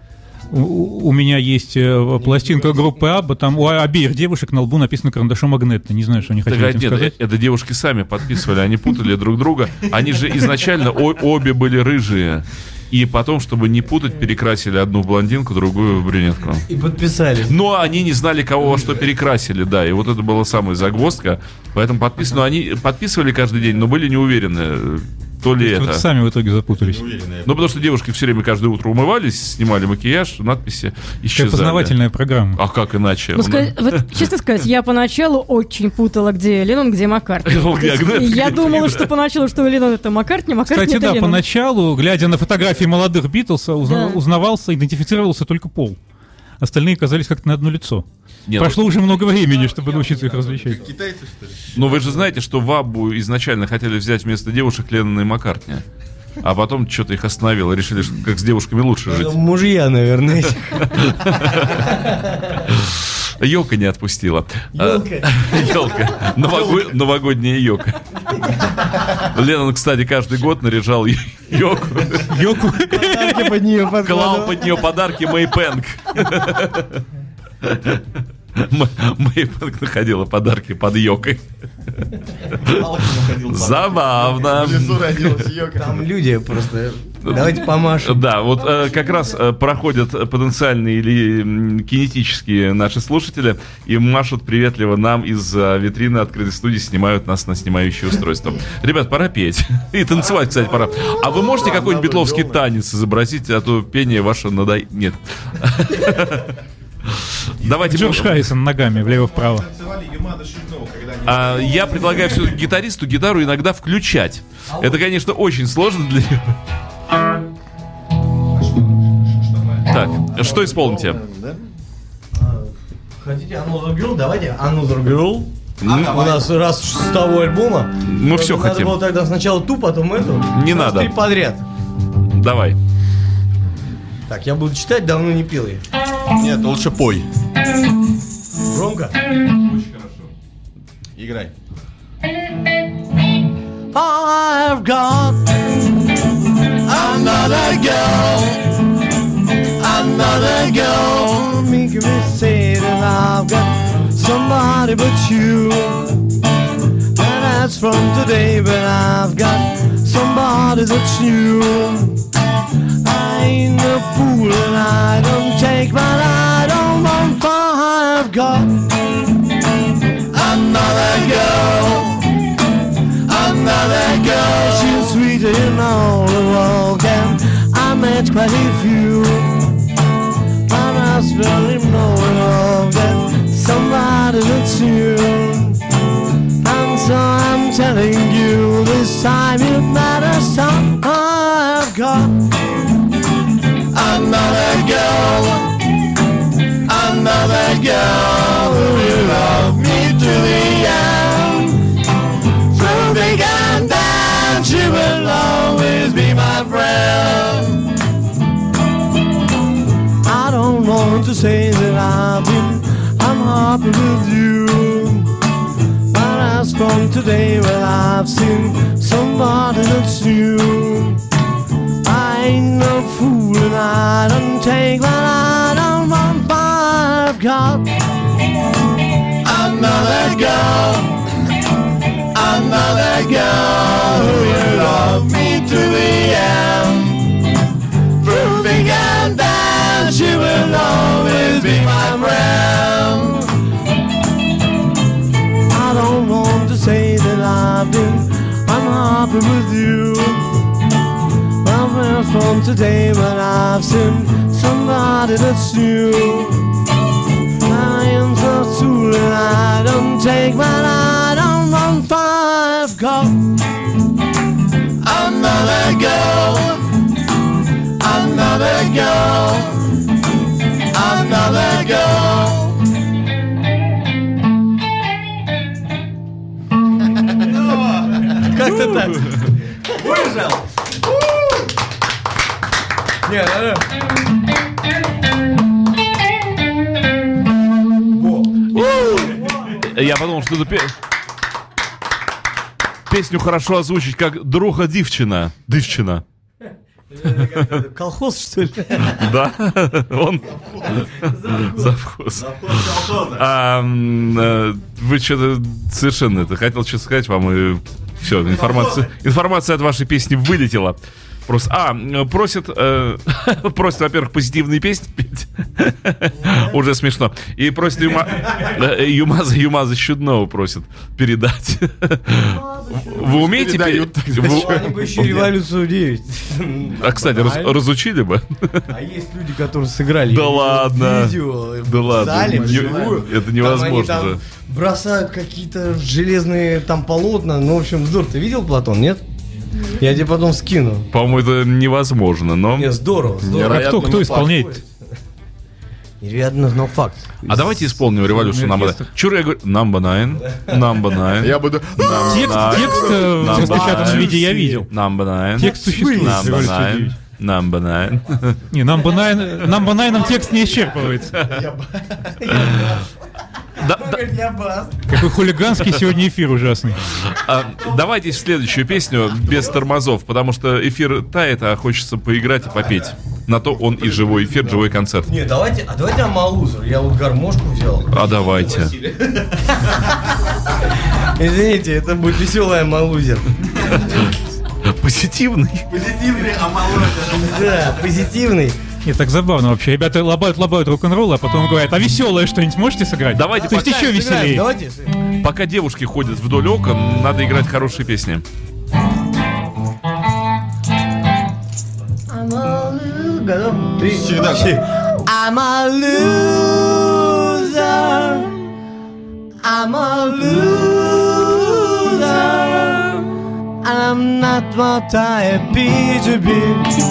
У, у меня есть э, пластинка группы Абба, там у обеих девушек на лбу написано карандашом Магнетно. Не знаю, что они Так, хотели а, этим нет, сказать. это девушки сами подписывали, они путали друг друга. Они же изначально о- обе были рыжие. И потом, чтобы не путать, перекрасили одну в блондинку, другую в брюнетку. И подписали. Но они не знали, кого во что перекрасили, да. И вот это была самая загвоздка. Поэтому подпис... ну, они подписывали каждый день, но были не уверены, то ли Вот это. сами в итоге запутались. Ну, потому что девушки все время каждое утро умывались, снимали макияж, надписи Какая исчезали. познавательная программа. А как иначе? Ну, сказать- вот, честно сказать, я поначалу очень путала, где Леннон, где Маккартни. Ну, То есть Агнет, Я где думала, Фрида. что поначалу, что Леннон это Маккартни, Маккартни Кстати, это да, Леннон. поначалу, глядя на фотографии молодых Битлз, узна- Да. узнавался, идентифицировался только Пол. Остальные казались как-то на одно лицо. Нет, Прошло уже много времени, чтобы научиться их различать. Китайцы, что ли? Но вы же знаете, что в Аббу изначально хотели взять вместо девушек Леннона и Маккартни. А потом что-то их остановило. Решили, что как с девушками лучше жить. Это мужья, наверное. Йока не отпустила. Ёлка. Елка. Новогодняя йока. Леннон, кстати, каждый год наряжал Йоку. Йоку. Под нее Клал под нее подарки Мэй Пэнк. Мэй Пэнк находила подарки под Йокой. Забавно. В лесу родилась Йока. Там люди просто... Давайте помашем. Да, вот э, как раз э, проходят потенциальные или м, кинетические наши слушатели и машут приветливо нам из э, витрины открытой студии, снимают нас на снимающее устройство. Ребят, пора петь. И танцевать, кстати, пора. А вы можете какой-нибудь битловский танец изобразить, а то пение ваше надо... Нет. Давайте... Джордж Харрисон ногами влево-вправо. А, я предлагаю все гитаристу гитару иногда включать. Это, конечно, очень сложно для него. Так, что исполните? Хотите Another Girl? Давайте Another Girl. Ну, У нас раз с того альбома. Мы все Надо хотим. было тогда сначала ту, потом эту. Не Раз надо. Три подряд. Давай. Так, я буду читать, давно не пел я. Нет, лучше пой. Громко. Играй. I've got another girl, another girl, making me say that I've got somebody but you. And that's from today, but I've got somebody that's new. I ain't a fool and I don't take what I don't want, for I've got another girl. Another girl, she's sweeter in all the world, and I met quite a few. But I still know that somebody that's you. And so I'm telling you, this time it matters. So I've got another girl, another girl who will love me to the end. Big and bad, she will always be my friend. I don't want to say that I've been unhappy with you, but as from today, well, I've seen somebody that's new. I ain't no fool and I don't take what I don't want, but I've got another girl. Another girl who will love me to the end. Through big and bad, she will always be my friend. I don't want to say that I've been unhappy with you. Well, from today when I've seen somebody that's new. I am so fool and I don't take what I don't want, for I've got another girl, another girl, another girl. Как-то так. Выжил. Не, надо. Я подумал, что эту пе- песню хорошо озвучить как «Друга дівчина». Дівчина. Колхоз, что ли? Да, он завхоз. А, м, э, вы что-то совершенно это хотел что-то сказать вам, и все, информация, информация от вашей песни вылетела. Просто, а, просит, э, просит, во-первых, позитивные песни петь. Уже смешно. И просит Юма, э, Юмаза, Юмаза Чудного просит передать. Вы умеете Передают, петь? тогда Вы- чё? Они бы еще революцию девять. А, кстати, раз- разучили бы? А есть люди, которые сыграли Да её ладно. видео Да в ладно, зале, не- вживую. это Там невозможно они там же. бросают какие-то железные там полотна. Ну, в общем, здорово. Ты видел, Платон, нет? Я тебе потом скину. По-моему, это невозможно, но... Не, здорово, здорово. А кто, Невероятно, кто но исполняет? Невероятно, но факт. А давайте исполним революцию Number Nine. Чур я говорю, Number Nine, Number Nine. Я буду... Текст, текст э, в Number распечатанном nine. виде я видел. Number Nine. Текст существует. Number Революция Nine. девять. Number Nine. Не, нам бы нам текст не исчерпывается. Да, да. Какой хулиганский сегодня эфир ужасный. А, давайте следующую песню без тормозов, потому что эфир тает, а хочется поиграть и попеть. На то он и живой эфир, живой концерт. Не, давайте, а давайте Амалузер. Я вот гармошку взял. А давайте. Извините, это будет веселый Амалузер. Позитивный. Позитивный Амалузер. Да, позитивный. Нет, так забавно вообще. Ребята лобают-лобают рок-н-ролл, а потом говорят, а веселое что-нибудь можете сыграть? Давайте То есть пока еще веселее. Давайте. Пока девушки ходят вдоль окон, надо играть хорошие песни. Три, Всегда. I'm a loser. I'm a loser. I'm not what I appear to be.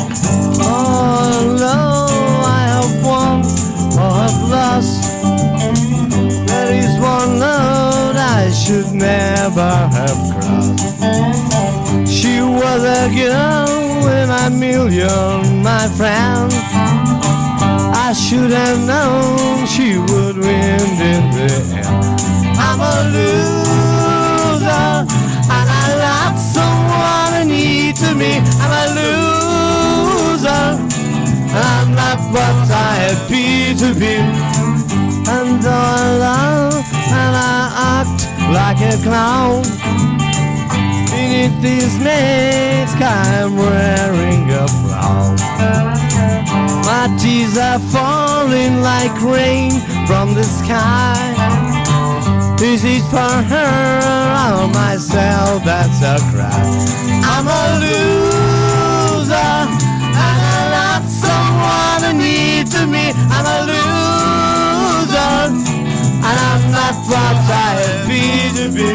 Although I have won or have lost, there is one road I should never have crossed. She was a girl with a million, my friend. I should have known she would win in the end. I'm a loser, and I love someone who needs me. I'm a loser, and I'm not what I appear to be. And though I love and I act like a clown, beneath this mask I'm wearing a frown. My tears are falling like rain from the sky. This is for her or myself, that's a cry. I'm a loser, and I love someone who needs me. I'm a loser, and I'm not what I appear to be.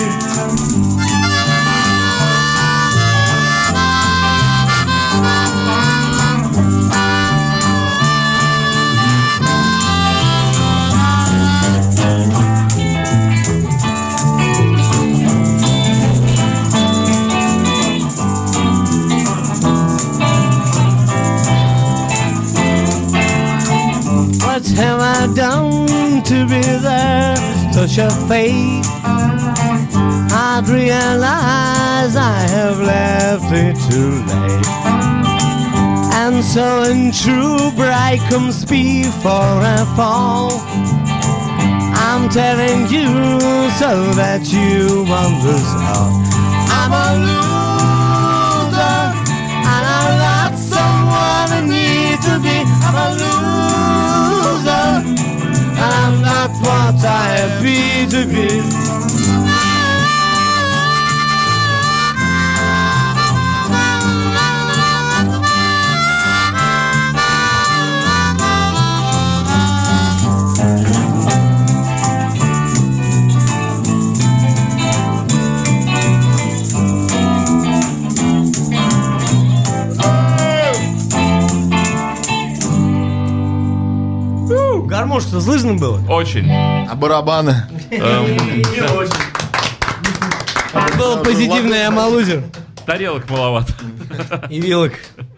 What have I done to be there? Such a fate. I'd realize I have left it too late. And so in true bride comes before I fall. I'm telling you so that you understand. I'm a loser, and I love someone I need to be. I'm a loser, and I'm not what I appear to be. Гармошка-то слышно было? Очень. А барабаны? Был позитивный Амалузер. Тарелок маловато. И вилок.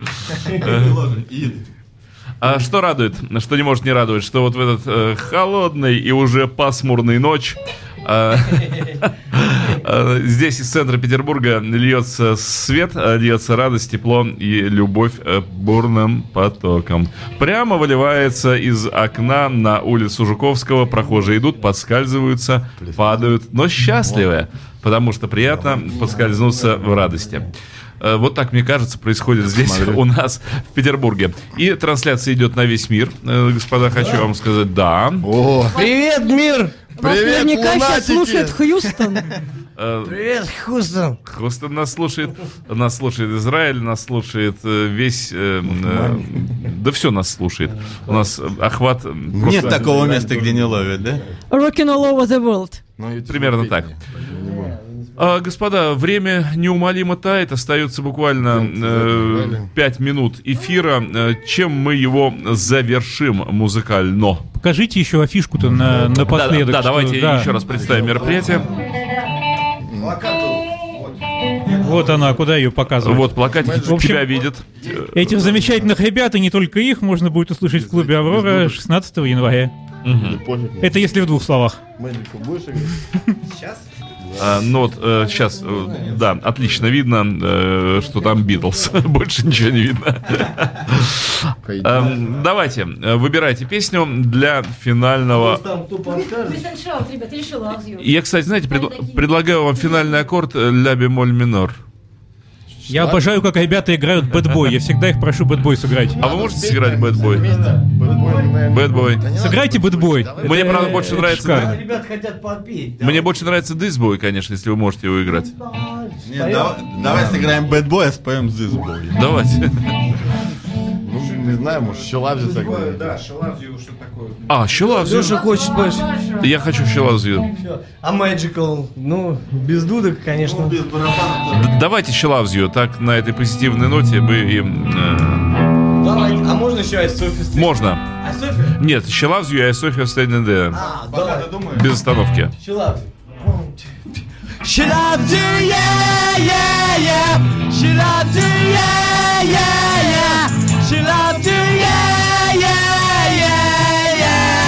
А что радует, что не может не радовать, что вот в этот э, холодный и уже пасмурный ночь э, э, здесь из центра Петербурга льется свет, льется радость, тепло и любовь э, бурным потоком. Прямо выливается из окна на улицу Жуковского. Прохожие идут, подскальзываются, падают, но счастливые, потому что приятно поскользнуться в радости. Вот так, мне кажется, происходит здесь у нас в Петербурге. И трансляция идет на весь мир. Господа, хочу вам сказать, да. О, Привет, мир! Вас Привет, наверняка сейчас лунатики! слушает Хьюстон. Привет, Хьюстон! Хьюстон нас слушает, нас слушает Израиль, нас слушает э, весь, э, э, да все нас слушает. У нас охват просто... Нет такого места, где не ловят, да? Rockin' all over the world. Примерно так. А, господа, время неумолимо тает, остается буквально э, пять минут эфира. Э, чем мы его завершим музыкально? Покажите еще афишку-то на, напоследок. Да, да, что- давайте да. еще раз представим мероприятие. Вот она, куда ее показывать. Вот, плакатики В общем, тебя видят. Этих замечательных ребят, и не только их, можно будет услышать в клубе «Аврора» шестнадцатого января. Или пофиг. Это если в двух словах. Magical будешь играть? Сейчас? А, ну вот э, сейчас, э, да, отлично видно, э, что там Битлз. Больше ничего не видно. Эм, Давайте, э, выбирайте песню для финального. Шаут, ребят, или Шилавзю. Я, кстати, знаете, пред- предлагаю вам финальный аккорд э, ля бемоль минор. Я обожаю, как ребята играют бэтбой. Я всегда их прошу бэтбой сыграть. А вы можете сыграть бэтбой? Бэтбой. Сыграйте бэтбой. Мне, правда, больше нравится... шикарно. Ребят хотят подпеть. Мне больше нравится дисбой, конечно, если вы можете его играть. Нет, давай, давай сыграем Bad Boy, а споем This Boy. Давайте. Ну, не знаю, может, Щелавзи тогда. Да, Шалавзию, что такое. А, Щелавзю. Леша хочет больше. Я хочу Щелавзю. А Magical? Ну, без дудок, конечно. Без барабана. Д- Давайте Щелавзю. Так, на этой позитивной ноте мы им... э, Давай. А можно еще Айсофи? Можно. Айсофи? Нет, Щелавзю и София Standing There. А, Пока давай. ты думаешь. Без остановки. Щелавзи. She loves you, yeah, yeah, yeah. She loves you, yeah, yeah, yeah. She loves you, yeah, yeah, yeah,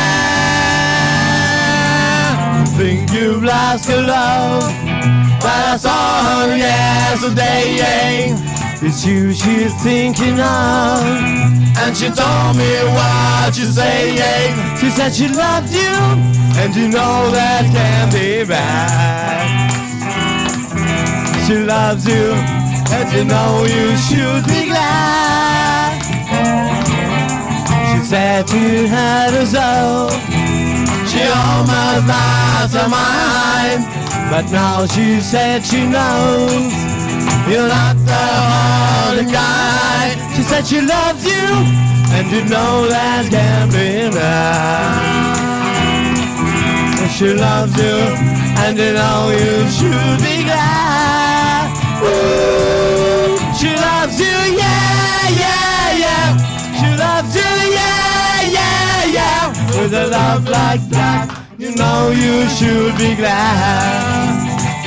yeah. Think you've lost your love, but I saw her yesterday. It's you she's thinking of, and she told me what you say. She said she loves you, and you know that can't be bad. She loves you, and you know you should be glad. She said you had a soul, she almost lost her mind, but now she said she knows you're not the only guy. She said she loves you, and you know that can't be right. She loves you, and you know you should be glad. Ooh, she loves you, yeah, yeah, yeah. She loves you, yeah, yeah, yeah. With a love like that, you know you should be glad.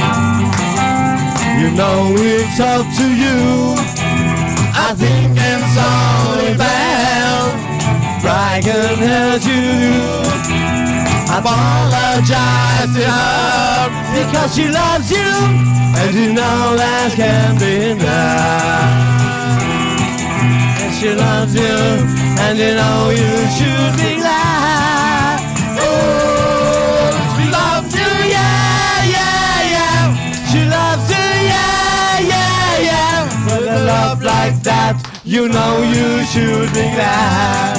You know it's up to you. I think it's only bad. I can hurt you. I apologize to her because she loves you, and you know that can't be done. And she loves you, and you know you should be glad. Oh, she loves you, yeah, yeah, yeah. She loves you, yeah, yeah, yeah. With a love like that, you know you should be glad.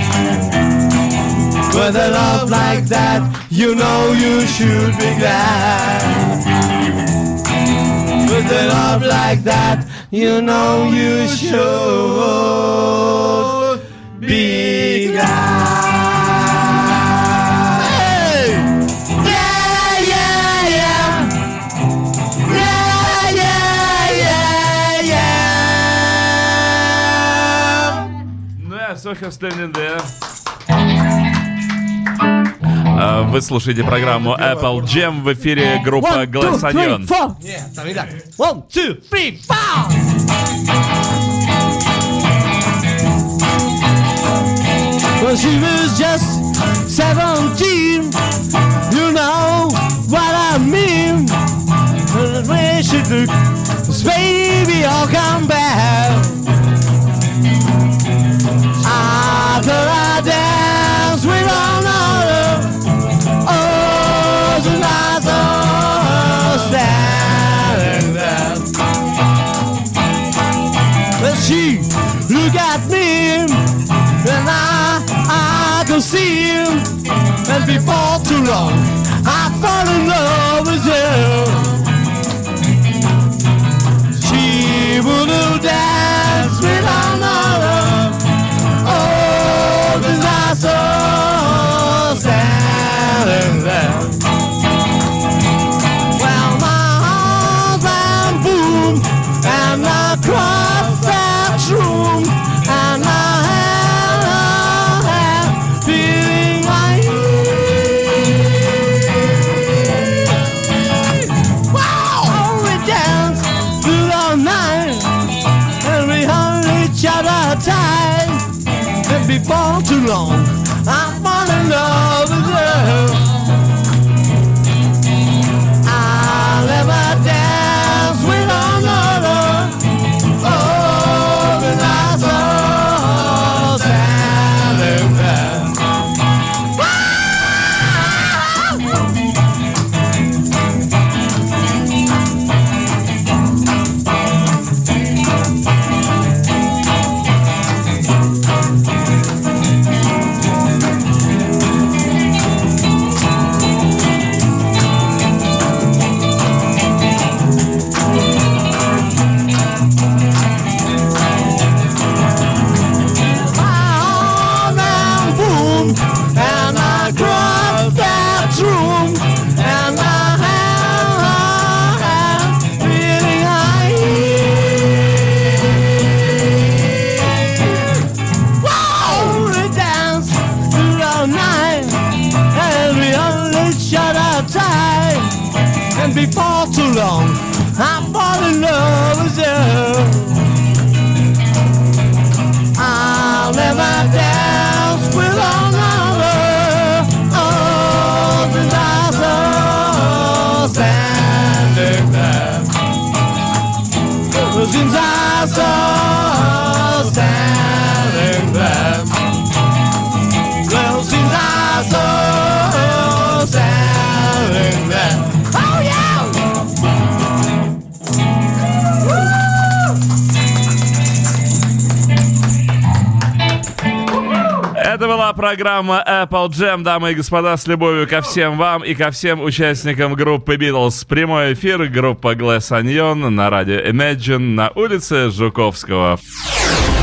With a love like that, you know you should be glad. With a love like that, you know you should be glad. Hey! Yeah, yeah, yeah. Yeah, yeah, yeah, yeah. Да, София Standing There. А, Вы слушаете программу Apple Jam, в эфире группа Glass Onion. Нет, там ребят. One, two, three, four. Well, she was just seventeen. You know what I mean. The way she looked, this baby, I'll come back. After I dance with another, oh, tonight I'm standing there. But she look at me, and I, I can see him. And before too long, I fall in love with him. She wouldn't dance with another. Oh, the night so standing there. Well, my heart went boom, and I crossed that room, and I had a hand feeling like wow! Oh, we danced through the night, and we held each other tight. And before too long, I fall in love tight, and before too long, I fall in love with you. I'll never dance with another. Oh, since I saw standing there. Since I saw standing there. Well, since I saw standing there. Oh yeah! Это была программа Apple Jam, дамы и господа, с любовью ко всем вам и ко всем участникам группы Beatles. Прямой эфир, группа Glass Onion на радио Imagine на улице Жуковского.